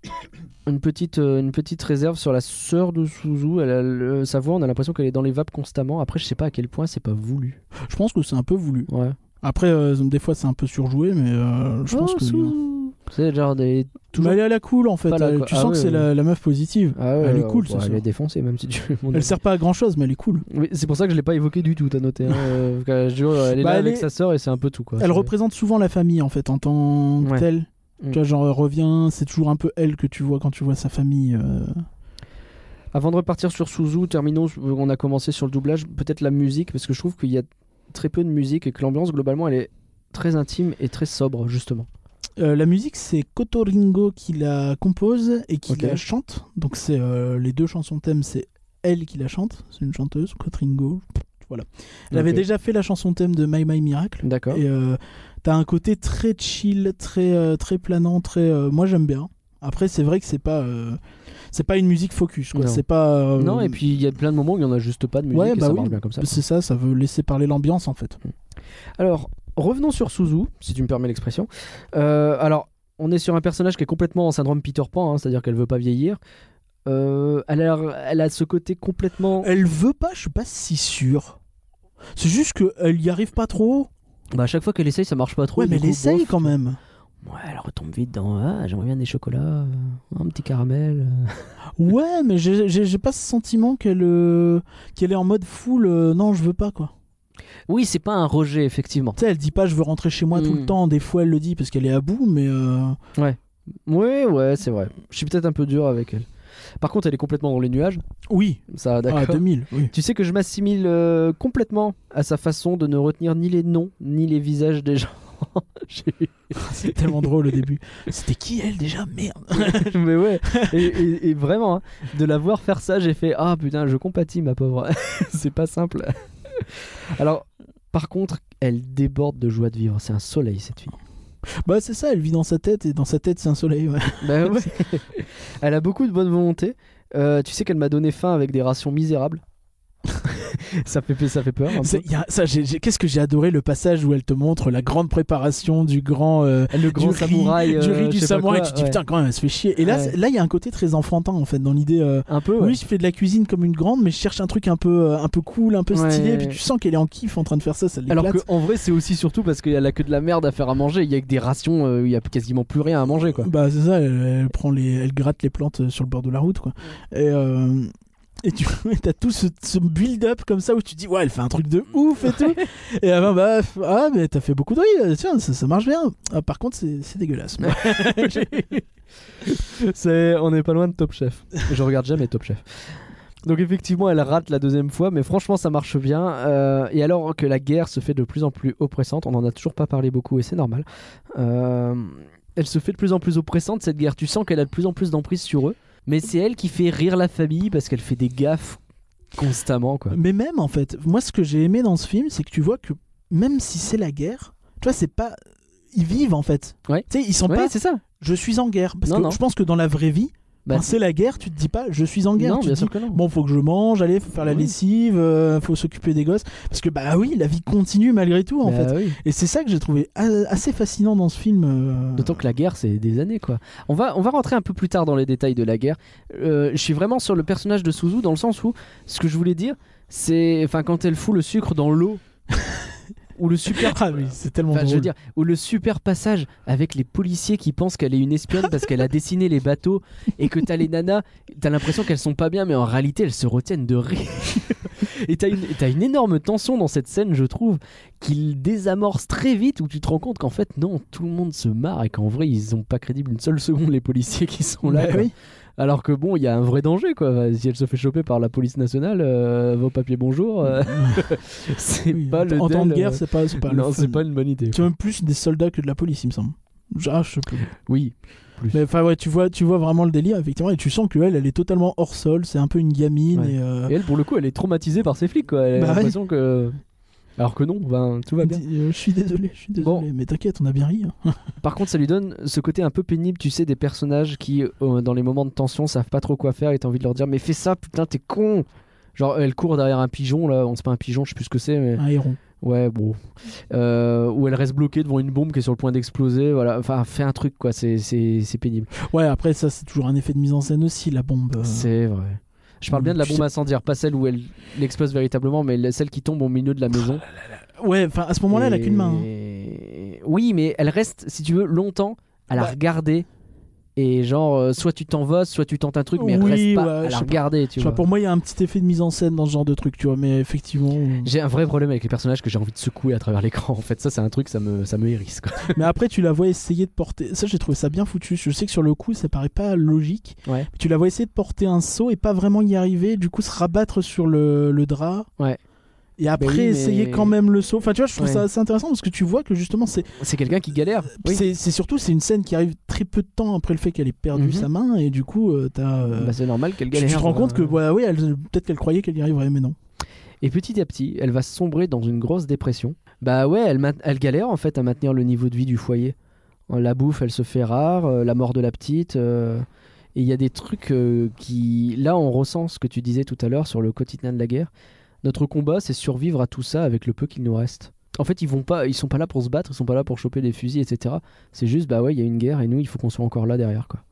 petite réserve sur la sœur de Suzu. Sa voix, on a l'impression qu'elle est dans les vapes constamment. Après, je sais pas à quel point c'est pas voulu. je pense que c'est un peu voulu. Ouais. Après, des fois, c'est un peu surjoué, mais je pense que. Suzu. C'est genre des. Mais elle est à la cool en fait. Pas là, quoi. Tu Ah sens ouais, que c'est ouais. la meuf positive. Ah ouais, Elle est cool, ouais, ça, elle ça. est défoncée, même si tu veux mon Elle avis. sert pas à grand chose, mais elle est cool. Oui, c'est pour ça que je l'ai pas évoqué du tout, t'as noté. Hein. Je jure, elle est Bah, là elle avec est- sa sœur et c'est un peu tout, quoi. Elle C'est- représente souvent la famille en fait en tant que Ouais. telle. Mm. Tu vois, genre elle revient, c'est toujours un peu elle que tu vois quand tu vois sa famille. Avant de repartir sur Suzu, terminons. On a commencé sur le doublage. Peut-être la musique, parce que je trouve qu'il y a très peu de musique et que l'ambiance, globalement, elle est très intime et très sobre, justement. La musique, c'est Kotoringo qui la compose et qui Ok. la chante. Donc c'est les deux chansons thème, c'est elle qui la chante. C'est une chanteuse, Kotoringo. Voilà. Elle avait Ok. déjà fait la chanson thème de My My Miracle. D'accord. Et t'as un côté très chill, très planant, moi j'aime bien. Après c'est vrai que c'est pas une musique focus quoi. Non. C'est pas Non, et puis il y a plein de moments où il n'y en a juste pas de musique ouais, et bah ça oui. marche bien comme ça. Quoi. c'est ça veut laisser parler l'ambiance en fait. Alors, revenons sur Suzu, si tu me permets l'expression. Alors, on est sur un personnage qui est complètement en syndrome Peter Pan, hein, c'est-à-dire qu'elle veut pas vieillir. Elle a ce côté complètement. Elle veut pas, je suis pas si sûr. C'est juste qu'elle y arrive pas trop. Bah, à chaque fois qu'elle essaye, ça marche pas trop. Ouais, mais du elle coup, essaye bof. quand même. Ouais, elle retombe vite dans. Ah, j'aimerais bien des chocolats, un petit caramel. Ouais, mais j'ai pas ce sentiment qu'elle est en mode full. Non, je veux pas quoi. Oui, c'est pas un rejet, effectivement. Tu sais, elle dit pas je veux rentrer chez moi tout le Mm. temps. Des fois, elle le dit parce qu'elle est à bout, mais. Ouais, c'est vrai. Je suis peut-être un peu dur avec elle. Par contre, elle est complètement dans les nuages. Oui. Ça, d'accord. Ah, 2000, oui. Tu sais que je m'assimile complètement à sa façon de ne retenir ni les noms ni les visages des gens. J'ai- C'est tellement drôle au début. C'était qui elle déjà? Merde. Mais ouais, et vraiment, hein, de la voir faire ça, j'ai fait ah putain, je compatis ma pauvre. C'est pas simple. Alors, par contre, elle déborde de joie de vivre. C'est un soleil cette fille. Bah, c'est ça, elle vit dans sa tête et dans sa tête, c'est un soleil. Ouais. Bah ouais. Elle a beaucoup de bonne volonté. Tu sais qu'elle m'a donné faim avec des rations misérables. ça fait peur. Un peu. Qu'est-ce que j'ai adoré le passage où elle te montre la grande préparation du grand, Le grand du riz- samouraï. du riz je du sais pas samouraï. quoi, Tu te dis ouais. putain, quand même, elle se fait chier. Et là, Ouais. là, il y a un côté très enfantin en fait dans l'idée. Un peu. Ouais. Oui, je fais de la cuisine comme une grande, mais je cherche un truc un peu cool, un peu Ouais. stylé. Et puis tu sens qu'elle est en kiff en train de faire ça Alors l'éclate. qu'en vrai, c'est aussi surtout parce qu'elle a que de la merde à faire à manger. Il y a que des rations, il y a quasiment plus rien à manger quoi. Bah c'est ça, elle gratte les plantes sur le bord de la route quoi. Et tu as tout ce build-up comme ça où tu dis ouais elle fait un truc de ouf et tout. Et avant bah mais t'as fait beaucoup de riz, tiens ça marche bien. Ah, par contre c'est dégueulasse. On n'est pas loin de Top Chef. Je regarde jamais Top Chef. Donc effectivement, elle rate la deuxième fois, mais franchement, ça marche bien. Et alors que la guerre se fait de plus en plus oppressante, on en a toujours pas parlé beaucoup et c'est normal. Elle se fait de plus en plus oppressante cette guerre. Tu sens qu'elle a de plus en plus d'emprise sur eux, mais c'est elle qui fait rire la famille parce qu'elle fait des gaffes constamment, quoi. Mais même en fait, moi ce que j'ai aimé dans ce film, c'est que tu vois que même si c'est la guerre, tu vois c'est pas, ils vivent en fait. Ouais. Tu sais ils sont Ouais, pas. c'est ça. Je suis en guerre parce Non, que non. je pense que dans la vraie vie, Bah, quand c'est la guerre, tu te dis pas je suis en guerre. non, Tu bien te sûr dis que non. bon, faut que je mange, allez, faut faire la Oui. lessive, faut s'occuper des gosses. Parce que, bah oui, la vie continue malgré tout, en Bah fait. oui. Et c'est ça que j'ai trouvé assez fascinant dans ce film. D'autant que la guerre, c'est des années, quoi. On va rentrer un peu plus tard dans les détails de la guerre. Je suis vraiment sur le personnage de Suzu, dans le sens où, ce que je voulais dire, c'est quand elle fout le sucre dans l'eau, ou le super... Ah oui, c'est tellement Enfin, je veux drôle. dire, ou le super passage avec les policiers qui pensent qu'elle est une espionne parce qu'elle a dessiné les bateaux et que t'as les nanas, t'as l'impression qu'elles sont pas bien, mais en réalité elles se retiennent de rire. Et t'as une énorme tension dans cette scène, je trouve, qu'il désamorce très vite, où tu te rends compte qu'en fait, non, tout le monde se marre et qu'en vrai, ils ont pas crédible une seule seconde, les policiers qui sont là. Bah quoi. oui. Alors que bon, il y a un vrai danger, quoi. Si elle se fait choper par la police nationale, vos papiers bonjour, c'est Oui, pas le en temps de del, guerre, c'est pas le non, fun. c'est pas une bonne idée. C'est même plus des soldats que de la police, il me semble. Ah, je sais plus. Oui. Mais enfin, ouais, tu vois vraiment le délire, effectivement, et tu sens qu'elle, elle est totalement hors sol, c'est un peu une gamine. Ouais. Et, Et elle, pour le coup, elle est traumatisée par ses flics, quoi. Elle a Bah l'impression que... Alors que non, tout va bien. je suis désolé, Bon. mais t'inquiète, on a bien ri. Hein. Par contre, ça lui donne ce côté un peu pénible, tu sais, des personnages qui, dans les moments de tension, savent pas trop quoi faire et t'as envie de leur dire « Mais fais ça, putain, t'es con !» Genre, elle court derrière un pigeon, là, on sait pas un pigeon, je sais plus ce que c'est, mais... Un héron. Ouais, bon. Où elle reste bloquée devant une bombe qui est sur le point d'exploser, voilà. Enfin, fais un truc, quoi, c'est pénible. Ouais, après, ça, c'est toujours un effet de mise en scène aussi, la bombe. C'est vrai. Je parle bien de la Tu bombe sais- incendiaire, pas celle où elle explose véritablement, mais celle qui tombe au milieu de la maison. Ouais, enfin, à ce moment-là, elle a qu'une main. Hein. Oui, mais elle reste, si tu veux, longtemps à la Bah. regarder. Et genre, soit tu t'en vas, soit tu tentes un truc, mais elle Oui, reste pas ouais, à je la sais pas. regarder, tu Je sais pas, vois. pour moi, il y a un petit effet de mise en scène dans ce genre de truc, tu vois, mais effectivement. J'ai un vrai problème avec les personnages que j'ai envie de secouer à travers l'écran. En fait, ça, c'est un truc, ça me hérisse, quoi. Mais après, tu la vois essayer de porter. Ça, j'ai trouvé ça bien foutu. Je sais que sur le coup, ça paraît pas logique. Ouais. Mais tu la vois essayer de porter un seau et pas vraiment y arriver. Du coup, se rabattre sur le drap. Ouais. Et après, oui, mais- essayer quand même le saut. Enfin, tu vois, je trouve Ouais. ça assez intéressant parce que tu vois que justement, c'est C'est quelqu'un qui galère. Oui. c'est surtout c'est une scène qui arrive très peu de temps après le fait qu'elle ait perdu Mhm. sa main. Et du coup, t'as. Bah, c'est normal qu'elle Tu galère. te rends compte que, voilà, oui, peut-être qu'elle croyait qu'elle y arriverait, mais non. Et petit à petit, elle va sombrer dans une grosse dépression. Bah ouais, elle galère en fait à maintenir le niveau de vie du foyer. La bouffe, elle se fait rare, la mort de la petite. Et il y a des trucs qui... Là, on ressent ce que tu disais tout à l'heure sur le quotidien de la guerre. Notre combat, c'est survivre à tout ça avec le peu qu'il nous reste. En fait, ils sont pas là pour se battre, ils sont pas là pour choper des fusils, etc. C'est juste, bah ouais, il y a une guerre et nous, il faut qu'on soit encore là derrière, quoi.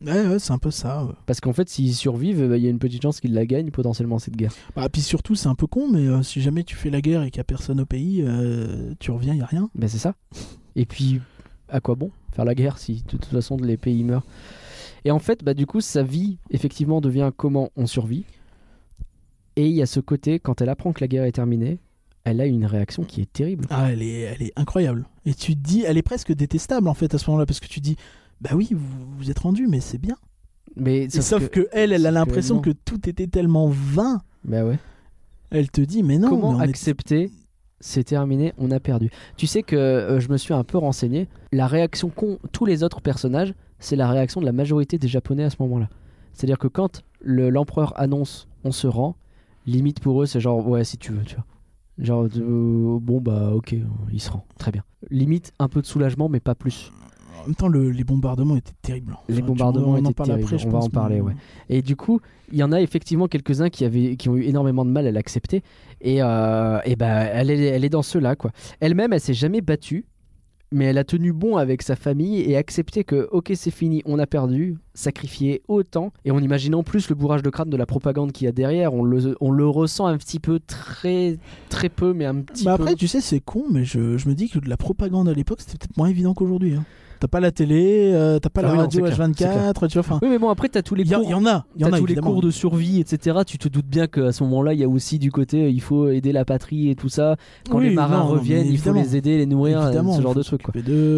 Ouais, c'est un peu ça. Ouais. Parce qu'en fait, s'ils survivent, il y a une petite chance qu'ils la gagnent potentiellement cette guerre. Bah, puis surtout, c'est un peu con, mais si jamais tu fais la guerre et qu'il n'y a personne au pays, tu reviens, il n'y a rien. Ben c'est ça. Et puis, à quoi bon faire la guerre si de toute façon les pays meurent? Et en fait, du coup, sa vie, effectivement, devient comment on survit. Et il y a ce côté, quand elle apprend que la guerre est terminée, elle a une réaction qui est terrible. Ah, elle est incroyable. Et tu te dis, elle est presque détestable en fait à ce moment-là, parce que tu te dis, bah oui, vous êtes rendu, mais c'est bien. Mais Sauf que elle a l'impression que tout était tellement vain. Bah ouais. Elle te dit, mais non. Comment mais accepter c'est terminé, on a perdu. Tu sais que je me suis un peu renseigné. La réaction qu'ont tous les autres personnages, c'est la réaction de la majorité des Japonais à ce moment-là. C'est-à-dire que quand l'empereur annonce on se rend, limite pour eux c'est genre ouais si tu veux, tu vois. Genre bon bah ok, il se rend, très bien. Limite un peu de soulagement mais pas plus. En même temps, les bombardements étaient terribles. Les bombardements étaient terribles, après, on va en parler, ouais. Et du coup, il y en a effectivement quelques-uns qui ont eu énormément de mal à l'accepter. Et elle est dans ceux-là, quoi. Elle-même, elle s'est jamais battue, mais elle a tenu bon avec sa famille et accepté que, ok, c'est fini, on a perdu, sacrifié autant. Et en imaginant plus le bourrage de crâne de la propagande qu'il y a derrière, on le ressent un petit peu, très, très peu, mais un petit peu. Après, tu sais, c'est con, mais je me dis que de la propagande à l'époque, c'était peut-être moins évident qu'aujourd'hui. Hein. T'as pas la télé, t'as pas la radio H24, tu vois. Oui, mais bon, après, t'as tous les cours. Il y en a tous les évidemment. cours de survie, etc. Tu te doutes bien qu'à ce moment-là, il y a aussi du côté, il faut aider la patrie et tout ça. Quand les marins reviennent, il faut les aider, les nourrir, ce genre de trucs, quoi.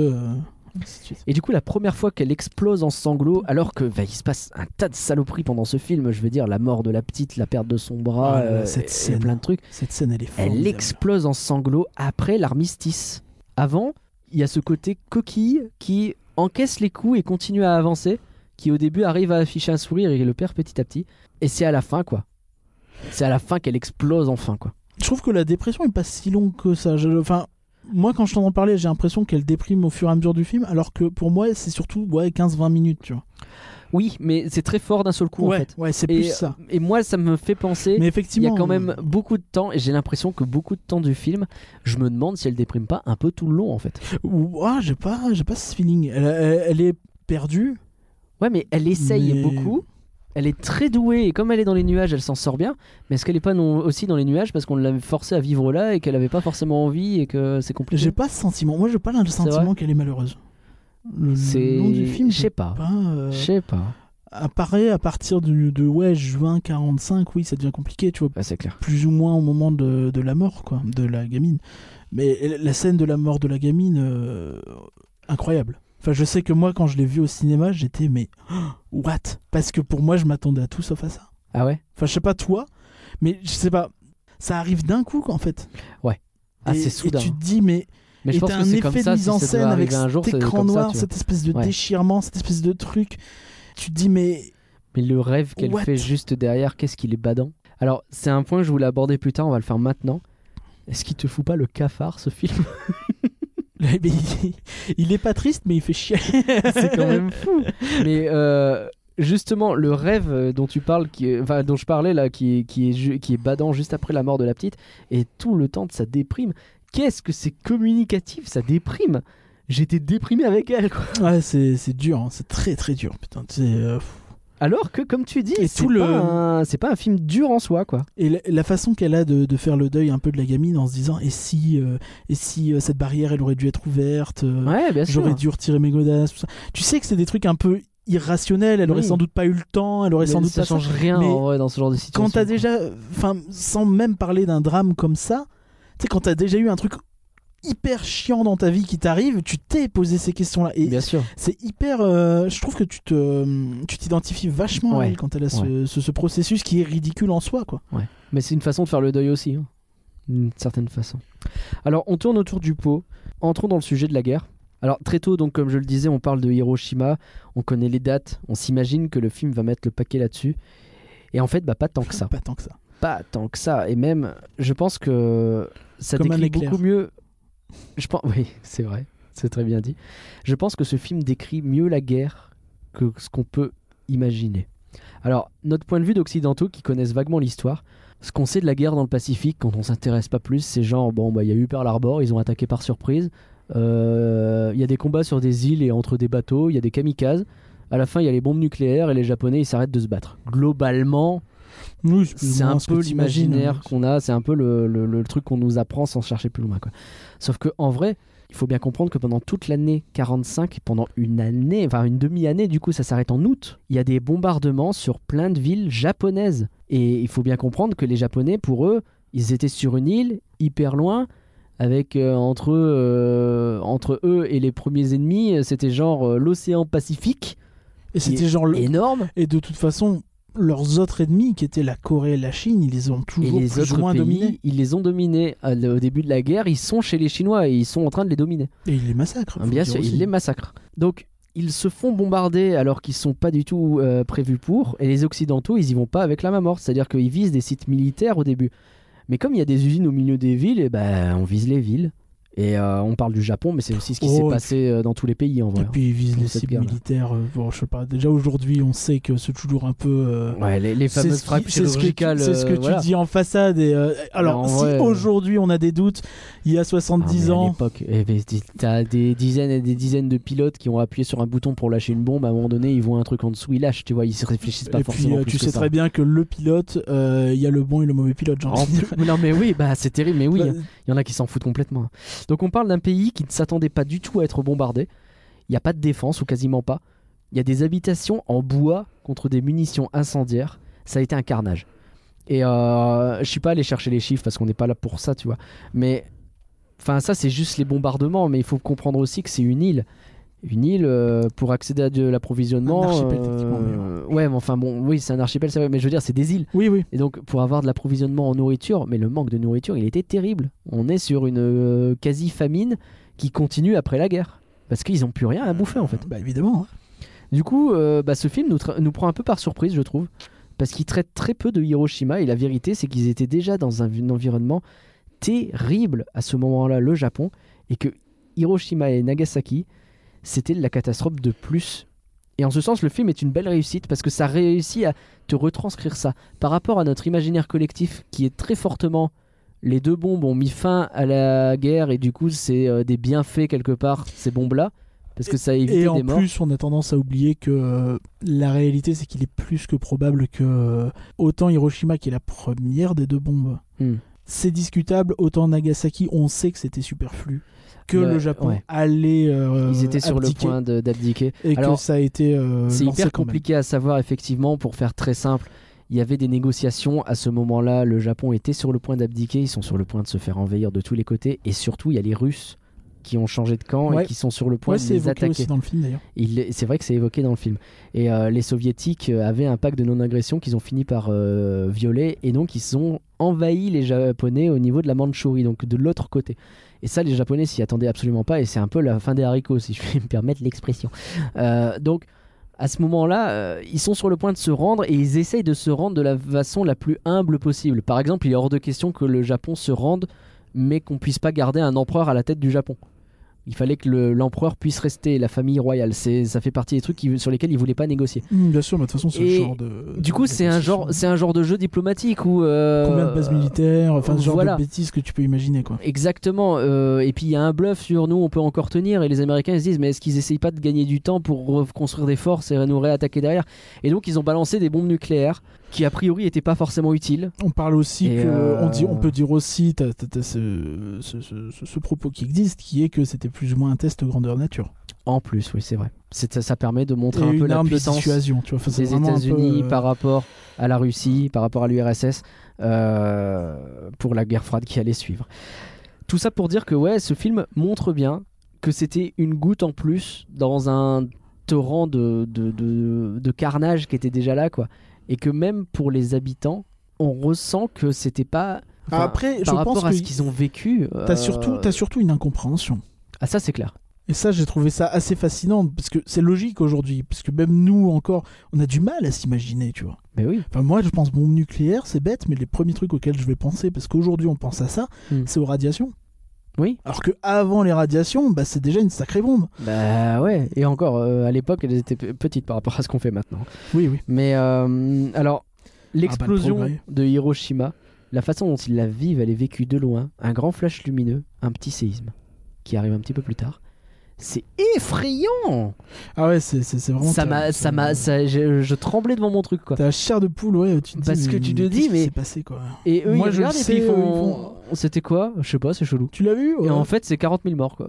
Et du coup, la première fois qu'elle explose en sanglots, alors que il se passe un tas de saloperies pendant ce film, je veux dire, la mort de la petite, la perte de son bras, cette scène, plein de trucs. Cette scène, elle est formidable. Elle explose en sanglots après l'armistice. Avant, il y a ce côté coquille qui encaisse les coups et continue à avancer, qui au début arrive à afficher un sourire et le perd petit à petit. Et c'est à la fin, quoi. C'est à la fin qu'elle explose enfin, quoi. Je trouve que la dépression est pas si longue que ça. Enfin, moi, quand je t'entends parler, j'ai l'impression qu'elle déprime au fur et à mesure du film, alors que pour moi, c'est surtout 15-20 minutes, tu vois. Oui, mais c'est très fort d'un seul coup, en fait. Ouais, c'est plus ça. Et moi, ça me fait penser. Mais effectivement, il y a quand même beaucoup de temps, et j'ai l'impression que beaucoup de temps du film, je me demande si elle déprime pas un peu tout le long, en fait. J'ai pas ce feeling. Elle est perdue. Ouais, mais elle essaye beaucoup. Elle est très douée, et comme elle est dans les nuages, elle s'en sort bien. Mais est-ce qu'elle est pas aussi dans les nuages parce qu'on l'a forcée à vivre là et qu'elle avait pas forcément envie et que c'est compliqué? J'ai pas ce sentiment. Moi, j'ai pas le sentiment qu'elle est malheureuse. C'est long du film, je sais pas. Je sais pas. Apparaît à partir de juin 45, oui, ça devient compliqué, tu vois. Bah, c'est clair. Plus ou moins au moment de la mort, quoi, de la gamine. Mais la scène de la mort de la gamine, incroyable. Enfin, je sais que moi, quand je l'ai vu au cinéma, j'étais mais what? Parce que pour moi, je m'attendais à tout sauf à ça. Ah ouais? Enfin, je sais pas toi, mais je sais pas. Ça arrive d'un coup, en fait. Ouais. Ah, c'est soudain. Et tu te dis mais je pense t'as que un c'est effet comme de ça, mise en si ça scène doit avec arriver un jour, cet c'est écran comme ça, noir, cette espèce de déchirement, cette espèce de truc. Tu te dis mais le rêve qu'elle fait juste derrière, qu'est-ce qu'il est badant. Alors, c'est un point que je voulais aborder plus tard, on va le faire maintenant. Est-ce qu'il te fout pas le cafard, ce film? Il est pas triste, mais il fait chier. C'est quand même fou. Mais justement, le rêve dont tu parles, dont je parlais là, qui est badant juste après la mort de la petite, et tout le temps de sa déprime. Qu'est-ce que c'est communicatif, ça déprime. J'étais déprimé avec elle, quoi. Ouais, c'est dur, hein. C'est très très dur, putain. Alors que, comme tu dis, et c'est pas un film dur en soi, quoi. Et la façon qu'elle a de faire le deuil un peu de la gamine en se disant et si cette barrière elle aurait dû être ouverte, ouais, bien sûr. J'aurais dû retirer mes godasses, tout ça. Tu sais que c'est des trucs un peu irrationnels, elle aurait sans doute pas eu le temps, elle aurait sans doute ça pas change rien en vrai dans ce genre de situation. Quand t'as déjà, sans même parler d'un drame comme ça, tu sais, quand t'as déjà eu un truc hyper chiant dans ta vie qui t'arrive, tu t'es posé ces questions-là. Et bien sûr. C'est hyper. Je trouve que tu t'identifies vachement à elle quand elle a ce processus qui est ridicule en soi, quoi. Ouais. Mais c'est une façon de faire le deuil aussi, hein. D'une certaine façon. Alors, on tourne autour du pot. Entrons dans le sujet de la guerre. Alors, très tôt, donc, comme je le disais, on parle de Hiroshima. On connaît les dates. On s'imagine que le film va mettre le paquet là-dessus. Et en fait, pas tant que ça. Pas tant que ça. Pas tant que ça. Et même, je pense que ça comme décrit beaucoup mieux. Oui, c'est vrai, c'est très bien dit. Je pense que ce film décrit mieux la guerre que ce qu'on peut imaginer. Alors, notre point de vue d'occidentaux qui connaissent vaguement l'histoire, ce qu'on sait de la guerre dans le Pacifique, quand on s'intéresse pas plus, c'est genre, il y a eu Pearl Harbor, ils ont attaqué par surprise, il y a des combats sur des îles et entre des bateaux, il y a des kamikazes, À la fin, il y a les bombes nucléaires et les Japonais ils s'arrêtent de se battre. Globalement, Oui, c'est un peu l'imaginaire qu'on a, c'est un peu le truc qu'on nous apprend sans chercher plus loin, quoi. Sauf que en vrai, il faut bien comprendre que pendant toute l'année 45, pendant une année, enfin une demi-année, du coup ça s'arrête en août, il y a des bombardements sur plein de villes japonaises. Et il faut bien comprendre que les Japonais, pour eux, ils étaient sur une île, hyper loin, avec entre eux et les premiers ennemis, c'était genre l'océan Pacifique, Et qui c'était est genre énorme. Et de toute façon, leurs autres ennemis, qui étaient la Corée et la Chine, ils les ont Et toujours les plus ou autres moins pays, dominés. ils les ont dominés. Au début de la guerre, ils sont chez les Chinois et ils sont en train de les dominer. Et ils les massacrent. faut Bien le dire sûr, aussi. ils les massacrent. Donc, ils se font bombarder alors qu'ils sont pas du tout prévus pour. Et les Occidentaux, ils y vont pas avec la main morte. C'est-à-dire qu'ils visent des sites militaires au début. Mais comme il y a des usines au milieu des villes, et ben, on vise les villes. Et on parle du Japon, mais c'est aussi ce qui s'est Oh, passé dans tous les pays en vrai. Et puis ils visent Pour les cette cibles guerre-là. militaires. Bon, je sais pas. Déjà aujourd'hui, on sait que c'est toujours un peu. Ouais, les C'est fameuses ce frappes qui- c'est ce que tu- chirurgicales. c'est ce que voilà. tu dis en façade. Et, alors, en si vrai, aujourd'hui on a des doutes, il y a Ah, 70 mais à ans. l'époque, t'as des dizaines et des dizaines de pilotes qui ont appuyé sur un bouton pour lâcher une bombe. À un moment donné, ils voient un truc en dessous, ils lâchent. Tu vois, ils se réfléchissent pas Et puis forcément. plus tu que sais ça. très bien que le pilote, il y a le bon et le mauvais pilote. Genre. En plus- non mais oui, bah c'est terrible, mais oui, Bah, il y en a qui s'en foutent complètement. Donc on parle d'un pays qui ne s'attendait pas du tout à être bombardé. Il n'y a pas de défense ou quasiment pas. Il y a des habitations en bois contre des munitions incendiaires. Ça a été un carnage. Et je suis pas allé chercher les chiffres parce qu'on n'est pas là pour ça, tu vois. Mais enfin ça c'est juste les bombardements, mais il faut comprendre aussi que c'est une île. Une île pour accéder à de l'approvisionnement. Un archipel, techniquement, Ouais, mais enfin bon, oui c'est un archipel, c'est vrai, mais je veux dire c'est des îles. Oui, oui. Et donc, pour avoir de l'approvisionnement en nourriture, mais le manque de nourriture, il était terrible. On est sur une quasi-famine qui continue après la guerre. Parce qu'ils n'ont plus rien à bouffer, en fait. Bah évidemment. hein. Du coup, ce film nous prend un peu par surprise, je trouve. Parce qu'il traite très peu de Hiroshima. Et la vérité, c'est qu'ils étaient déjà dans un environnement terrible à ce moment-là, le Japon. Et que Hiroshima et Nagasaki, c'était la catastrophe de plus. Et en ce sens, le film est une belle réussite parce que ça réussit à te retranscrire ça. Par rapport à notre imaginaire collectif qui est très fortement les deux bombes ont mis fin à la guerre et du coup c'est des bienfaits quelque part, ces bombes-là, parce que ça a évité Et en des morts. plus, on a tendance à oublier que la réalité, c'est qu'il est plus que probable que autant Hiroshima, qui est la première des deux bombes, Hmm. c'est discutable, autant Nagasaki, on sait que c'était superflu, que Le- le Japon ouais. allait Ils étaient sur abdiquer, le point d'abdiquer. et Alors, que ça a été c'est lancé hyper quand même. compliqué à savoir, effectivement, pour faire très simple. Il y avait des négociations à ce moment-là. Le Japon était sur le point d'abdiquer. Ils sont sur le point de se faire envahir de tous les côtés. Et surtout, il y a les Russes qui ont changé de camp Ouais. et qui sont sur le point Ouais, de c'est les évoqué attaquer. aussi dans le film d'ailleurs. C'est vrai que c'est évoqué dans le film. Et les soviétiques avaient un pacte de non-agression qu'ils ont fini par violer. Et donc, ils ont envahi les Japonais au niveau de la Mandchourie, donc de l'autre côté. Et ça, les Japonais s'y attendaient absolument pas. Et c'est un peu la fin des haricots, si je puis me permettre l'expression. Donc, à ce moment-là, ils sont sur le point de se rendre et ils essayent de se rendre de la façon la plus humble possible. Par exemple, il est hors de question que le Japon se rende, mais qu'on puisse pas garder un empereur à la tête du Japon. Il fallait que l'empereur puisse rester, la famille royale. Ça fait partie des trucs sur lesquels ils voulaient pas négocier. Bien sûr, mais de toute façon, c'est Et le genre de. Du coup, c'est un genre de jeu diplomatique où Combien de bases militaires, enfin ce genre voilà. de bêtises que tu peux imaginer quoi. Exactement. Et puis il y a un bluff sur nous, on peut encore tenir. Et les Américains ils se disent, mais est-ce qu'ils essayent pas de gagner du temps pour reconstruire des forces et nous réattaquer derrière? Et donc ils ont balancé des bombes nucléaires qui a priori étaient pas forcément utiles. On parle aussi Et que on peut dire aussi, t'as ce propos qui existe, qui est que c'était plus ou moins un test grandeur nature. En plus, oui, c'est vrai. Ça permet de montrer Et un peu une la arme de puissance dissuasion, tu vois. Enfin, c'est des vraiment un peu, États-Unis par rapport à la Russie, par rapport à l'URSS, pour la guerre froide qui allait suivre. Tout ça pour dire que ouais, ce film montre bien que c'était une goutte en plus dans un torrent de carnage qui était déjà là, quoi. Et que même pour les habitants, on ressent que c'était pas... enfin, Après, je par pense rapport à que ce qu'ils ont vécu... t'as surtout une incompréhension. Ah ça c'est clair. Et ça, j'ai trouvé ça assez fascinant, parce que c'est logique aujourd'hui, parce que même nous encore, on a du mal à s'imaginer, tu vois. Mais oui. Enfin, moi, je pense bombe nucléaire, c'est bête, mais les premiers trucs auxquels je vais penser, parce qu'aujourd'hui on pense à ça, c'est aux radiations. Oui. Alors que avant les radiations, bah, c'est déjà une sacrée bombe. Bah ouais. Et encore, à l'époque, elles étaient petites par rapport à ce qu'on fait maintenant. Oui, oui. Mais alors, l'explosion progrès. de Hiroshima, la façon dont ils la vivent, elle est vécue de loin. Un grand flash lumineux, un petit séisme qui arrive un petit peu plus tard. c'est effrayant. Ah ouais, c'est vraiment. Je tremblais devant mon truc, quoi. T'as la chair de poule, ouais. Tu te dis, Parce que tu te dis, mais. C'est passé, quoi. Et eux, Moi, ils je le regardent et sais, puis ils eux, font. C'était quoi? Je sais pas, c'est chelou. Tu l'as vu? Ouais. Et en fait, c'est 40 000 morts, quoi.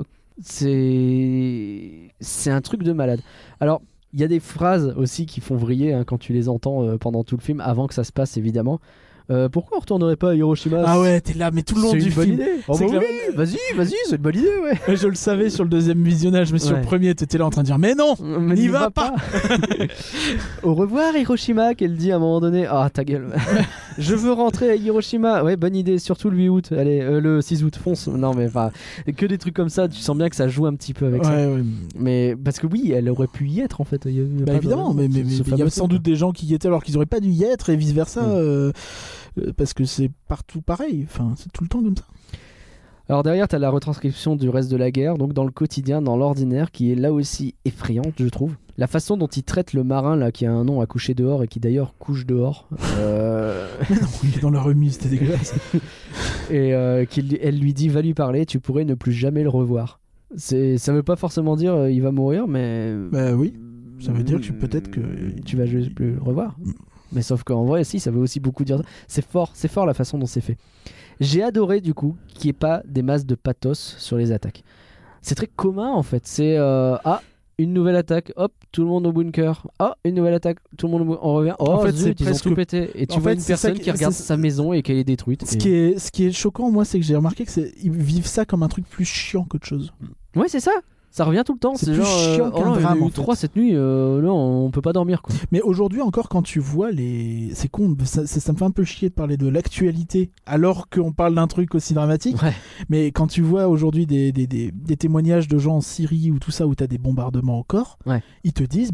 C'est un truc de malade. Alors, il y a des phrases aussi qui font vriller hein, quand tu les entends pendant tout le film, avant que ça se passe, évidemment. Pourquoi on retournerait pas à Hiroshima? Ah ouais, t'es là, mais tout le long C'est du une bonne film. idée. Oh C'est bah que oui, vas-y, c'est une bonne idée, ouais. Je le savais sur le deuxième visionnage, mais sur Ouais. le premier, t'étais là en train de dire, mais non, Mais n'y va pas. Au revoir Hiroshima, qu'elle dit à un moment donné. Ah ta gueule. Je veux rentrer à Hiroshima. Ouais, bonne idée, surtout le 8 août. Allez, le 6 août, fonce. Non mais enfin, que des trucs comme ça, tu sens bien que ça joue un petit peu avec ça. Ouais. Mais parce que oui, elle aurait pu y être en fait. Il y a Bah pas évidemment, mais il y a sans doute des gens qui y étaient alors qu'ils auraient pas dû y être et vice versa. Parce que c'est partout pareil, enfin, c'est tout le temps comme ça. Alors derrière, tu as la retranscription du reste de la guerre, donc dans le quotidien, dans l'ordinaire, qui est là aussi effrayante, je trouve. La façon dont il traite le marin, là, qui a un nom à coucher dehors et qui d'ailleurs couche dehors. Non, il est dans la remise, c'était dégueulasse. Et elle lui dit, va lui parler, tu pourrais ne plus jamais le revoir. Ça veut pas forcément dire il va mourir, mais... Bah oui, ça veut dire que peut-être que... Tu vas juste plus le revoir. Mais sauf qu'en vrai, si, ça veut aussi beaucoup dire ça. C'est fort la façon dont c'est fait. J'ai adoré du coup qu'il n'y ait pas des masses de pathos sur les attaques. C'est très commun en fait. C'est une nouvelle attaque, hop, tout le monde au bunker. Une nouvelle attaque, tout le monde on revient. En fait, zut, c'est ils ont presque... tout pété. Et tu vois une personne qui regarde sa maison et qu'elle est détruite. Ce qui est choquant, moi, c'est que j'ai remarqué qu'ils vivent ça comme un truc plus chiant qu'autre chose. Ouais, c'est ça. Ça revient tout le temps. C'est C'est plus genre, chiant qu'un il y en a drame, eu en fait. 3 cette nuit. Là, on peut pas dormir quoi. Mais aujourd'hui encore, quand tu vois les... C'est con, ça me fait un peu chier de parler de l'actualité alors qu'on parle d'un truc aussi dramatique. Ouais. Mais quand tu vois aujourd'hui des témoignages de gens en Syrie ou tout ça, où t'as des bombardements encore, Ouais. ils te disent,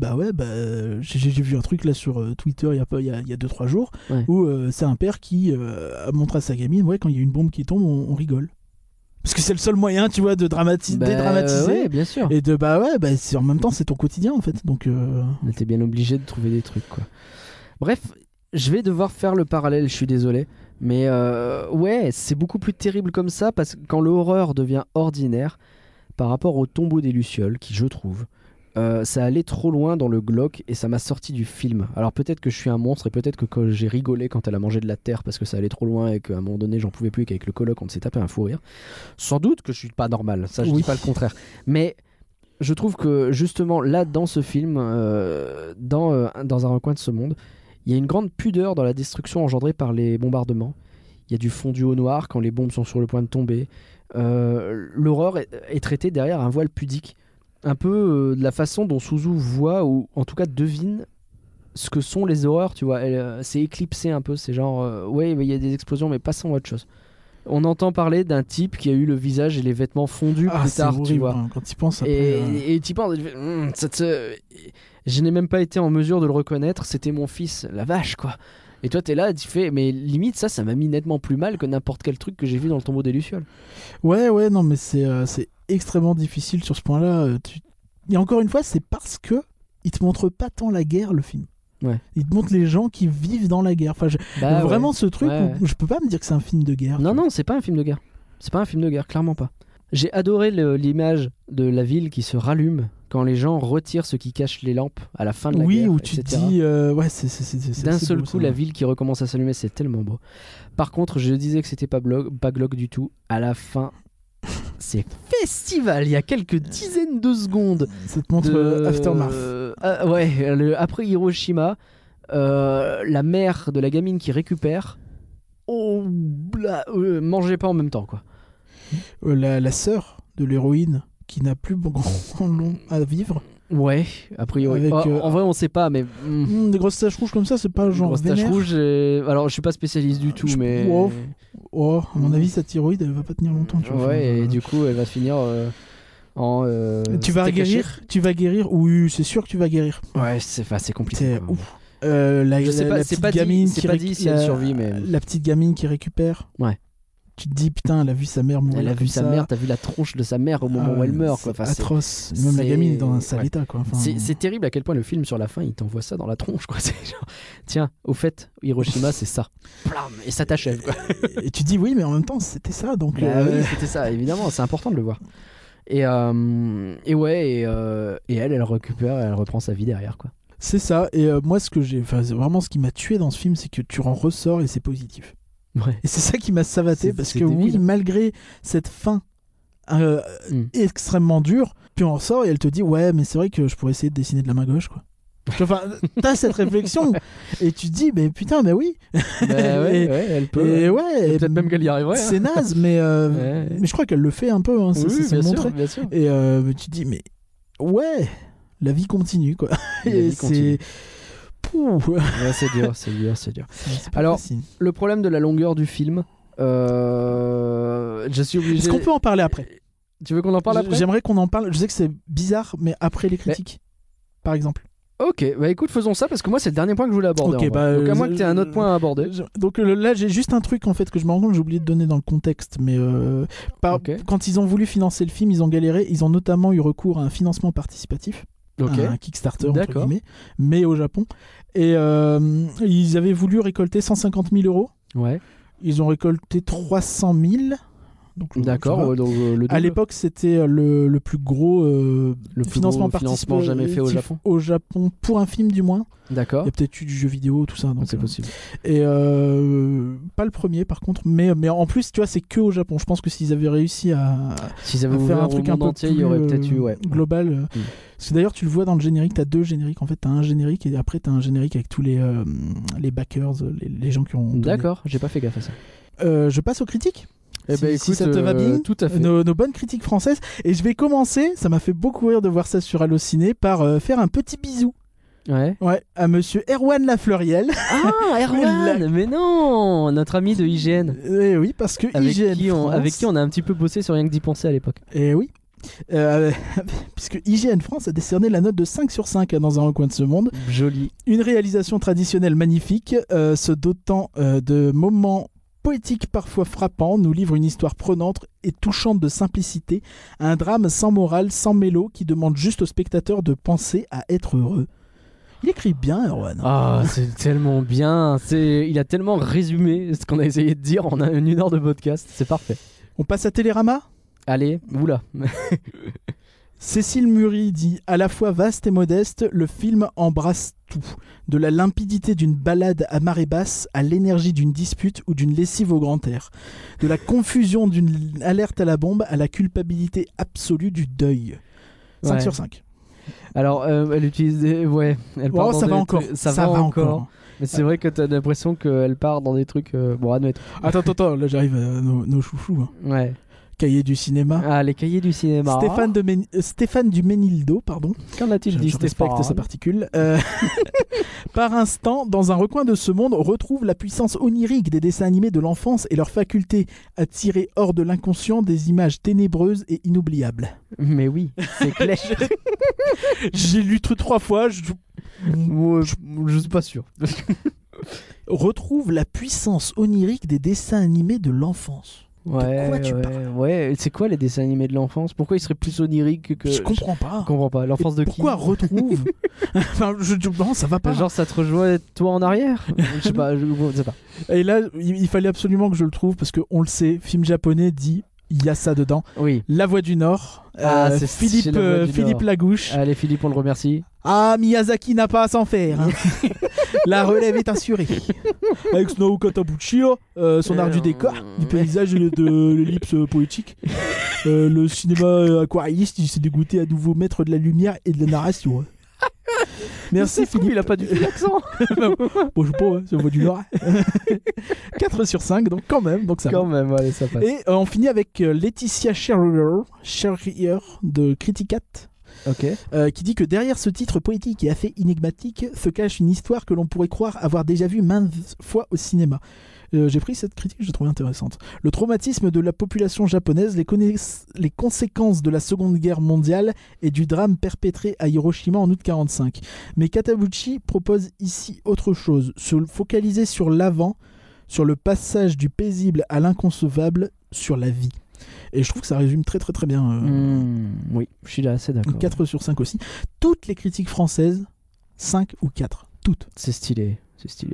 j'ai vu un truc là sur Twitter il y a 2-3 jours, Ouais. où c'est un père qui a montré à sa gamine, quand il y a une bombe qui tombe, on rigole. Parce que c'est le seul moyen, tu vois, de dédramatiser. Ouais, bien sûr. Et de en même temps, c'est ton quotidien en fait. Donc, On était bien obligé de trouver des trucs quoi. Bref, je vais devoir faire le parallèle, je suis désolé. Mais ouais, c'est beaucoup plus terrible comme ça parce que quand l'horreur devient ordinaire par rapport au tombeau des Lucioles, qui je trouve, ça allait trop loin dans le glauque et ça m'a sorti du film. Alors peut-être que je suis un monstre et peut-être que j'ai rigolé quand elle a mangé de la terre parce que ça allait trop loin et qu'à un moment donné j'en pouvais plus et qu'avec le coloc on s'est tapé un fou rire. Sans doute que je suis pas normal, ça je dis pas le contraire. Mais je trouve que justement là dans ce film, dans un recoin de ce monde, il y a une grande pudeur dans la destruction engendrée par les bombardements. Il y a du fondu au noir quand les bombes sont sur le point de tomber. L'horreur est traitée derrière un voile pudique. Un peu de la façon dont Suzu voit, ou en tout cas devine, ce que sont les horreurs, tu vois. C'est éclipsé un peu, c'est genre, ouais, il y a des explosions, mais pas sans autre chose. On entend parler d'un type qui a eu le visage et les vêtements fondus plus tard, horrible, tu vois. hein, quand tu penses après, Et tu penses, je n'ai même pas été en mesure de le reconnaître, c'était mon fils, la vache, quoi. Et toi, t'es là, tu fais, mais limite, ça m'a mis nettement plus mal que n'importe quel truc que j'ai vu dans le tombeau des Lucioles. Ouais, non, mais c'est extrêmement difficile sur ce point-là. Et encore une fois, c'est parce que il te montre pas tant la guerre, le film. Ouais. Il te montre les gens qui vivent dans la guerre. Enfin, vraiment ouais. ce truc Ouais. où je peux pas me dire que c'est un film de guerre. Non, c'est pas un film de guerre. C'est pas un film de guerre, clairement pas. J'ai adoré l'image de la ville qui se rallume quand les gens retirent ce qui cache les lampes à la fin de la Oui, guerre, où tu te etc. dis, c'est D'un assez seul beau, coup, ça. la ville qui recommence à s'allumer, c'est tellement beau. Par contre, je disais que c'était pas glauque du tout. À la fin, c'est festival. Il y a quelques dizaines de secondes. Ça te montre Aftermath. Ouais, après Hiroshima, la mère de la gamine qui récupère. Oh, mangez pas en même temps, quoi. La sœur de l'héroïne qui n'a plus grand long à vivre. Ouais, a priori. Avec, En vrai, on sait pas, mais. Des grosses taches rouges comme ça, c'est pas genre grosse tache vénère. rouge. Alors, je suis pas spécialiste du tout, mais. Oh, à mon avis, sa thyroïde, elle va pas tenir longtemps. Tu vois. Ouais, et du coup, elle va finir en. Tu vas steak haché. guérir. Oui, c'est sûr que tu vas guérir. Ouais, c'est compliqué. C'est quoi. ouf. Je sais pas, c'est pas dit, c'est pas dit si elle survit, mais. La petite gamine qui récupère. Ouais. Tu te dis, putain, elle a vu sa mère mourir. Elle a vu sa mère, t'as vu la tronche de sa mère au moment où elle meurt. Quoi. C'est Enfin, atroce. Même la gamine est dans un sale état. Quoi. Enfin, c'est terrible à quel point le film sur la fin il t'envoie ça dans la tronche. Quoi. C'est genre, tiens, au fait, Hiroshima c'est ça. Plam, et ça t'achève. Quoi. Et tu te dis, oui, mais en même temps, c'était ça. Donc, Oui, c'était ça, évidemment, c'est important de le voir. Et elle récupère, elle reprend sa vie derrière, quoi. C'est ça, et moi c'est vraiment ce qui m'a tué dans ce film, c'est que tu en ressors et c'est positif. Ouais. Et c'est ça qui m'a savaté, C'est- parce c'est que débile. oui, malgré cette fin extrêmement dure, puis on ressort et elle te dit ouais, mais c'est vrai que je pourrais essayer de dessiner de la main gauche, quoi. Enfin, t'as cette réflexion et tu te dis mais putain, mais oui. Bah ouais, elle peut. Et ouais, Et et peut-être même qu'elle y arriverait. hein. c'est naze, mais Ouais. mais je crois qu'elle le fait un peu. Hein, Oui, c'est bien montré. sûr, bien sûr. Et tu te dis mais ouais, la vie continue, quoi. La Et vie continue. Pouf. Ouais, c'est dur, c'est dur, c'est dur. C'est pas Alors, facile. Le problème de la longueur du film, je suis obligé. Est-ce qu'on peut en parler après? Tu veux qu'on en parle après? J'aimerais qu'on en parle. Je sais que c'est bizarre, mais après les critiques, par exemple. Ok, bah écoute, faisons ça parce que moi c'est le dernier point que je voulais aborder. Ok, en vrai. bah, Donc à moins que tu aies un autre point à aborder. Donc là, j'ai juste un truc en fait que je me rends compte, j'ai oublié de donner dans le contexte, mais Ok. quand ils ont voulu financer le film, ils ont galéré. Ils ont notamment eu recours à un financement participatif, Ok. un Kickstarter entre D'accord. guillemets, mais au Japon. Et ils avaient voulu récolter 150 000 €. Ouais. Ils ont récolté 300 000. Donc, D'accord. ça va. Donc le double. À l'époque, c'était le plus gros Le plus financement gros financement participatif jamais fait au Japon. Au Japon, pour un film du moins. Il D'accord. y a peut-être eu du jeu vidéo, tout ça. Donc, C'est possible. Et pas le premier par contre, mais en plus, tu vois, c'est que au Japon. Je pense que s'ils avaient réussi à S'ils avaient faire ouvert un au truc un monde peu entier, il y aurait peut-être eu. Ouais. global. Parce que d'ailleurs, tu le vois dans le générique, t'as 2 génériques. En fait, t'as un générique et après t'as un générique avec tous les backers, les gens qui ont. donné. D'accord, j'ai pas fait gaffe à ça. Je passe aux critiques. Eh Si- ben, si écoute, ça te va bien, tout à fait. Nos bonnes critiques françaises. Et je vais commencer, ça m'a fait beaucoup rire de voir ça sur Allociné, par faire un petit bisou Ouais. à monsieur Erwan Lafleuriel. Ah, Erwan, mais non, notre ami de IGN. Oui, parce que Avec IGN qui, France... avec qui on a un petit peu bossé sur rien que d'y penser à l'époque. Et oui. Puisque IGN France a décerné la note de 5 sur 5 dans un recoin de ce monde. Joli. Une réalisation traditionnelle magnifique, se dotant de moments poétiques parfois frappants, nous livre une histoire prenante et touchante de simplicité, un drame sans morale, sans mélo, qui demande juste au spectateur de penser à être heureux. Il écrit bien, Erwan. Ah, c'est tellement bien. Il a tellement résumé ce qu'on a essayé de dire en 1 heure de podcast. C'est parfait. On passe à Télérama. Allez, oula. Cécile Muri dit « À la fois vaste et modeste, le film embrasse tout. De la limpidité d'une balade à marée basse à l'énergie d'une dispute ou d'une lessive au grand air. De la confusion d'une alerte à la bombe à la culpabilité absolue du deuil. » 5 Ouais. sur 5. Alors, elle utilise des... Ouais, elle part Oh, dans ça des va encore. trucs- Ça va encore. Mais c'est Ouais. vrai que t'as l'impression qu'elle part dans des trucs... Bon, admettons. Attends, là j'arrive à nos chouchous. Hein. Ouais. Cahier du cinéma. Ah, les cahiers du cinéma. Stéphane du Ménildo, pardon. Qu'en a-t-il dit, Je respecte Stéphane sa particule. Par instant, dans un recoin de ce monde, on retrouve la puissance onirique des dessins animés de l'enfance et leur faculté à tirer hors de l'inconscient des images ténébreuses et inoubliables. Mais oui, c'est clair. J'ai lu 3 fois. Moi, je suis pas sûr. Retrouve la puissance onirique des dessins animés de l'enfance. Ouais, quoi tu ouais, parles ouais. C'est quoi les dessins animés de l'enfance? Pourquoi ils seraient plus oniriques que... Je comprends pas. Je comprends pas. L'enfance de Pourquoi qui? retrouve Enfin, non, ça va pas. Genre ça te rejoint toi en arrière? Je sais pas, je sais pas. Et là, il fallait absolument que je le trouve parce qu'on le sait, film japonais dit il y a ça dedans. Oui. La Voix du Nord. Ah, c'est Philippe, chez La Voix du Philippe Nord. Lagouche. Allez Philippe, on le remercie. Ah, Miyazaki n'a pas à s'en faire. Hein. La relève est assurée. Avec Snow Katabuchi, son art du décor, du paysage et de l'ellipse poétique. Le cinéma aquarelliste, il s'est dégoûté à nouveau maître de la lumière et de la narration. Merci Philippe. Il a pas du tout l'accent. Bon, je sais pas, hein, c'est la Voix du Nord. 4 sur 5, donc quand même. Donc ça Quand va. même, allez, ça passe. Et on finit avec Laetitia Sherrier de Criticat. Ok. Qui dit que derrière ce titre poétique et assez énigmatique se cache une histoire que l'on pourrait croire avoir déjà vue maintes fois au cinéma. J'ai pris cette critique, je l'ai trouvée intéressante. Le traumatisme de la population japonaise, les conséquences de la Seconde Guerre mondiale et du drame perpétré à Hiroshima en août 1945. Mais Katabuchi propose ici autre chose, se focaliser sur l'avant, sur le passage du paisible à l'inconcevable, sur la vie. Et je trouve que ça résume très très très bien. Oui, je suis là assez d'accord. 4 sur 5 aussi. Toutes les critiques françaises, 5 ou 4. Toutes. C'est stylé, c'est stylé.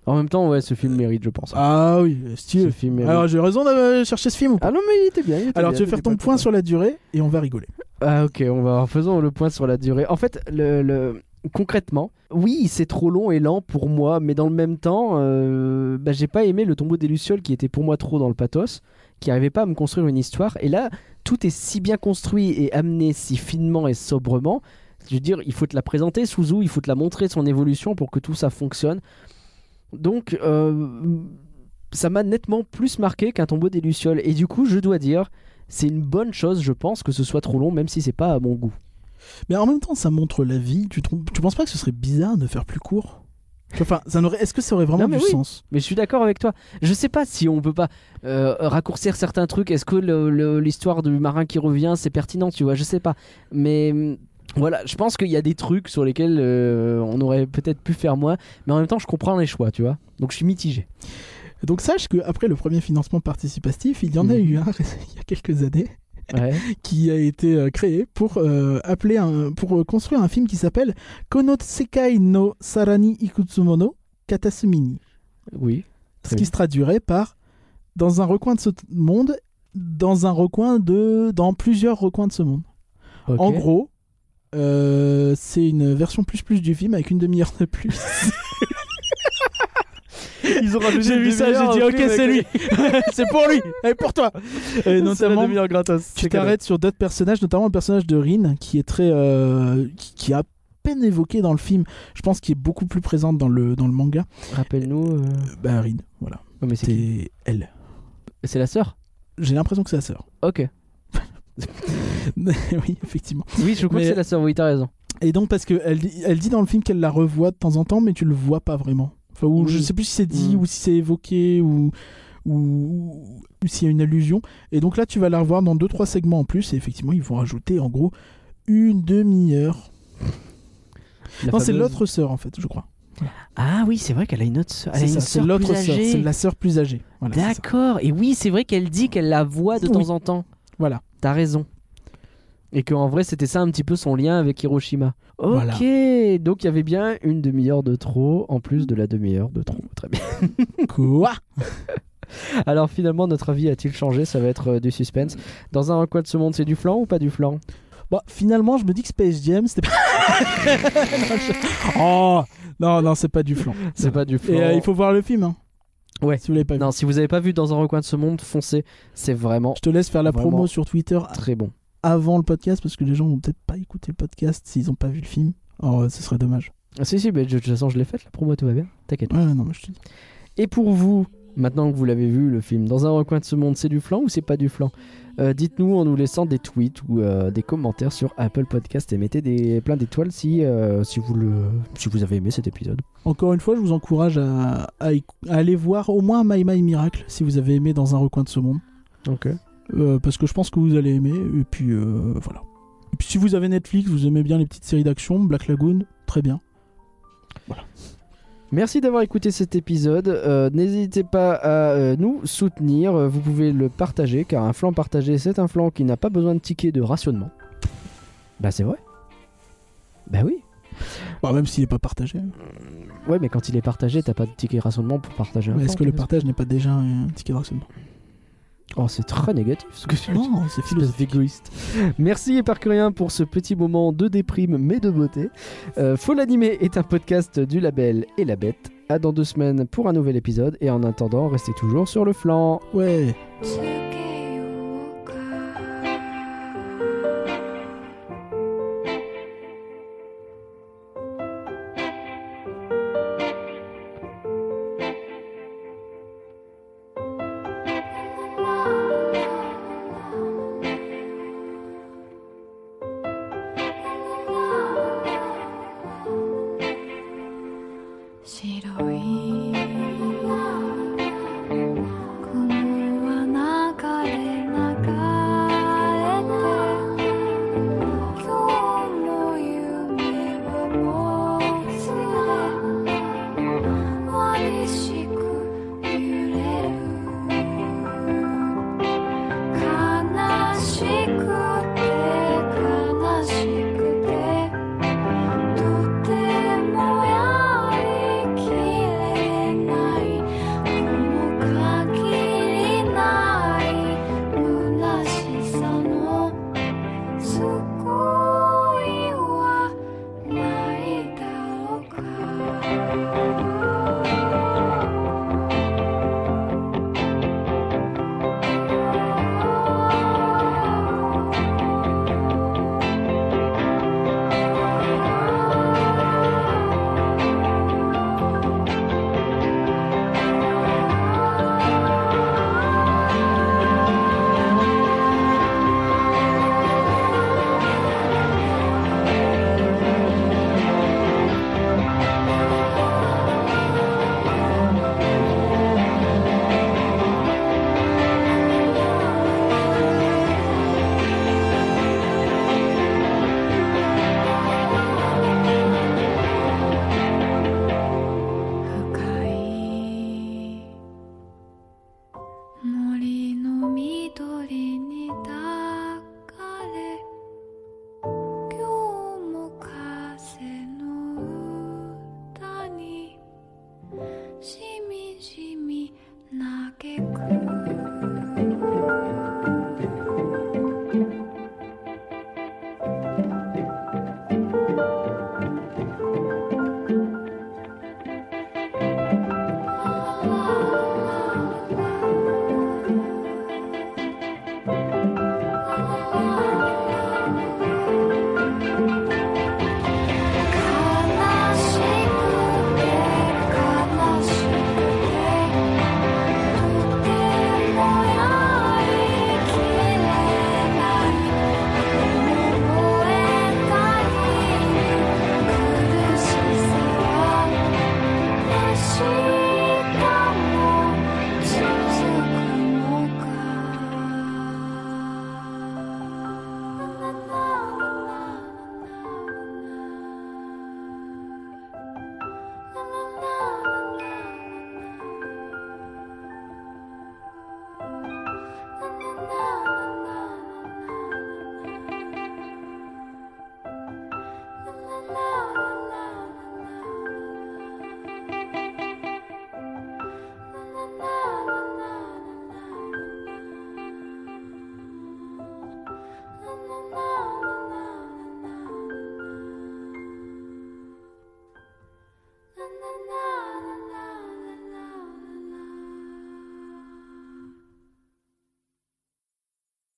En même temps, ouais, ce film mérite, je pense. Ah oui, Ce stylé. film mérite. Alors j'ai raison de chercher ce film ou pas? Ah non, mais il était bien. Alors tu veux faire ton point sur la durée et on va rigoler. Ah ok, faisons le point sur la durée. En fait, concrètement, oui, c'est trop long et lent pour moi, mais dans le même temps, j'ai pas aimé le Tombeau des Lucioles qui était pour moi trop dans le pathos, qui arrivait pas à me construire une histoire. Et là, tout est si bien construit et amené si finement et sobrement. Je veux dire, il faut te la présenter, Suzu, il faut te la montrer son évolution pour que tout ça fonctionne. Donc, ça m'a nettement plus marqué qu'un Tombeau des Lucioles. Et du coup, je dois dire, c'est une bonne chose, je pense, que ce soit trop long, même si c'est pas à mon goût. Mais en même temps, ça montre la vie. Tu penses pas que ce serait bizarre de faire plus court? Enfin, est-ce que ça aurait vraiment du sens? Mais je suis d'accord avec toi. Je sais pas si on peut pas raccourcir certains trucs. Est-ce que l'histoire du marin qui revient, c'est pertinent, tu vois? Je sais pas. Mais voilà, je pense qu'il y a des trucs sur lesquels on aurait peut-être pu faire moins. Mais en même temps, je comprends les choix, tu vois. Donc je suis mitigé. Donc sache qu'après le premier financement participatif, il y en a eu un il y a quelques années. Ouais. Qui a été créé pour construire un film qui s'appelle Konosekai no Sarani Ikutsumono Katasumini. Oui. Ce qui se traduirait par dans un recoin de ce monde, dans plusieurs recoins de ce monde. Okay. En gros, c'est une version plus du film avec une demi-heure de plus. Ils ont rajouté J'ai vu ça, j'ai dit ok, c'est lui, c'est pour lui, et pour toi. Et notamment, la demi-heure gratos. tu t'arrêtes sur d'autres personnages, notamment le personnage de Rin, qui est très, qui a à peine évoqué dans le film. Je pense qu'il est beaucoup plus présente dans le manga. Rappelle-nous. Rin, voilà. Oh, mais c'est elle. C'est la sœur. J'ai l'impression que c'est la sœur. Ok. Oui, effectivement. Oui, je crois que c'est la sœur. Oui, t'as raison. Et donc parce que elle dit dans le film qu'elle la revoit de temps en temps, mais tu le vois pas vraiment. Enfin, Oui. je sais plus si c'est dit ou si c'est évoqué ou s'il y a une allusion. Et donc là, tu vas la revoir dans 2-3 segments en plus. Et effectivement, ils vont rajouter en gros une demi-heure. Non, c'est l'autre sœur en fait, je crois. Voilà. Ah oui, c'est vrai qu'elle a une autre sœur. C'est l'autre sœur, c'est la sœur plus âgée. Voilà, d'accord. Et oui, c'est vrai qu'elle dit qu'elle la voit de temps en temps. Voilà. T'as raison. Et qu'en vrai, c'était ça un petit peu son lien avec Hiroshima. Ok, voilà. Donc il y avait bien une demi-heure de trop, en plus de la demi-heure de trop. Très bien. Quoi? Alors finalement, notre avis a-t-il changé? Ça va être du suspense. Dans un recoin de ce monde, c'est du flan ou pas du flan? Bah, finalement, je me dis que Space Jam, c'était pas... Oh non, c'est pas du flan. C'est pas du flan. Et il faut voir le film, hein. Ouais. Si vous l'avez pas vu. Non, si vous avez pas vu Dans un recoin de ce monde, foncez. C'est vraiment... Je te laisse faire la vraiment promo sur Twitter très bon. Avant le podcast, parce que les gens vont peut-être pas écouter le podcast s'ils ont pas vu le film. Alors, ce serait dommage. Ah, si, mais de toute façon, je l'ai faite, la promo, tout va bien. T'inquiète. Ouais, non, mais je te dis. Et pour vous, maintenant que vous l'avez vu, le film Dans un recoin de ce monde, c'est du flan ou c'est pas du flan? Dites-nous en nous laissant des tweets ou des commentaires sur Apple Podcast et mettez plein d'étoiles si vous avez aimé cet épisode. Encore une fois, je vous encourage à aller voir au moins My My Miracle si vous avez aimé Dans un recoin de ce monde. Ok. Parce que je pense que vous allez aimer. Et puis voilà. Et puis si vous avez Netflix, vous aimez bien les petites séries d'action, Black Lagoon, très bien. Voilà. Merci d'avoir écouté cet épisode. N'hésitez pas à nous soutenir. Vous pouvez le partager, car un flan partagé, c'est un flan qui n'a pas besoin de tickets de rationnement. Bah c'est vrai. Bah oui. Bah, même s'il n'est pas partagé. Ouais, mais quand il est partagé, t'as pas de ticket de rationnement pour partager un Mais flan. est-ce que le partage n'est pas déjà un ticket de rationnement? Oh, c'est très négatif ce que tu dis. Non, c'est philosophique. égoïste. Merci Éparcurien pour ce petit moment de déprime mais de beauté. Faut l'animer est un podcast du label et la bête. À dans 2 semaines pour un nouvel épisode et en attendant, restez toujours sur le flanc. Ouais. Tu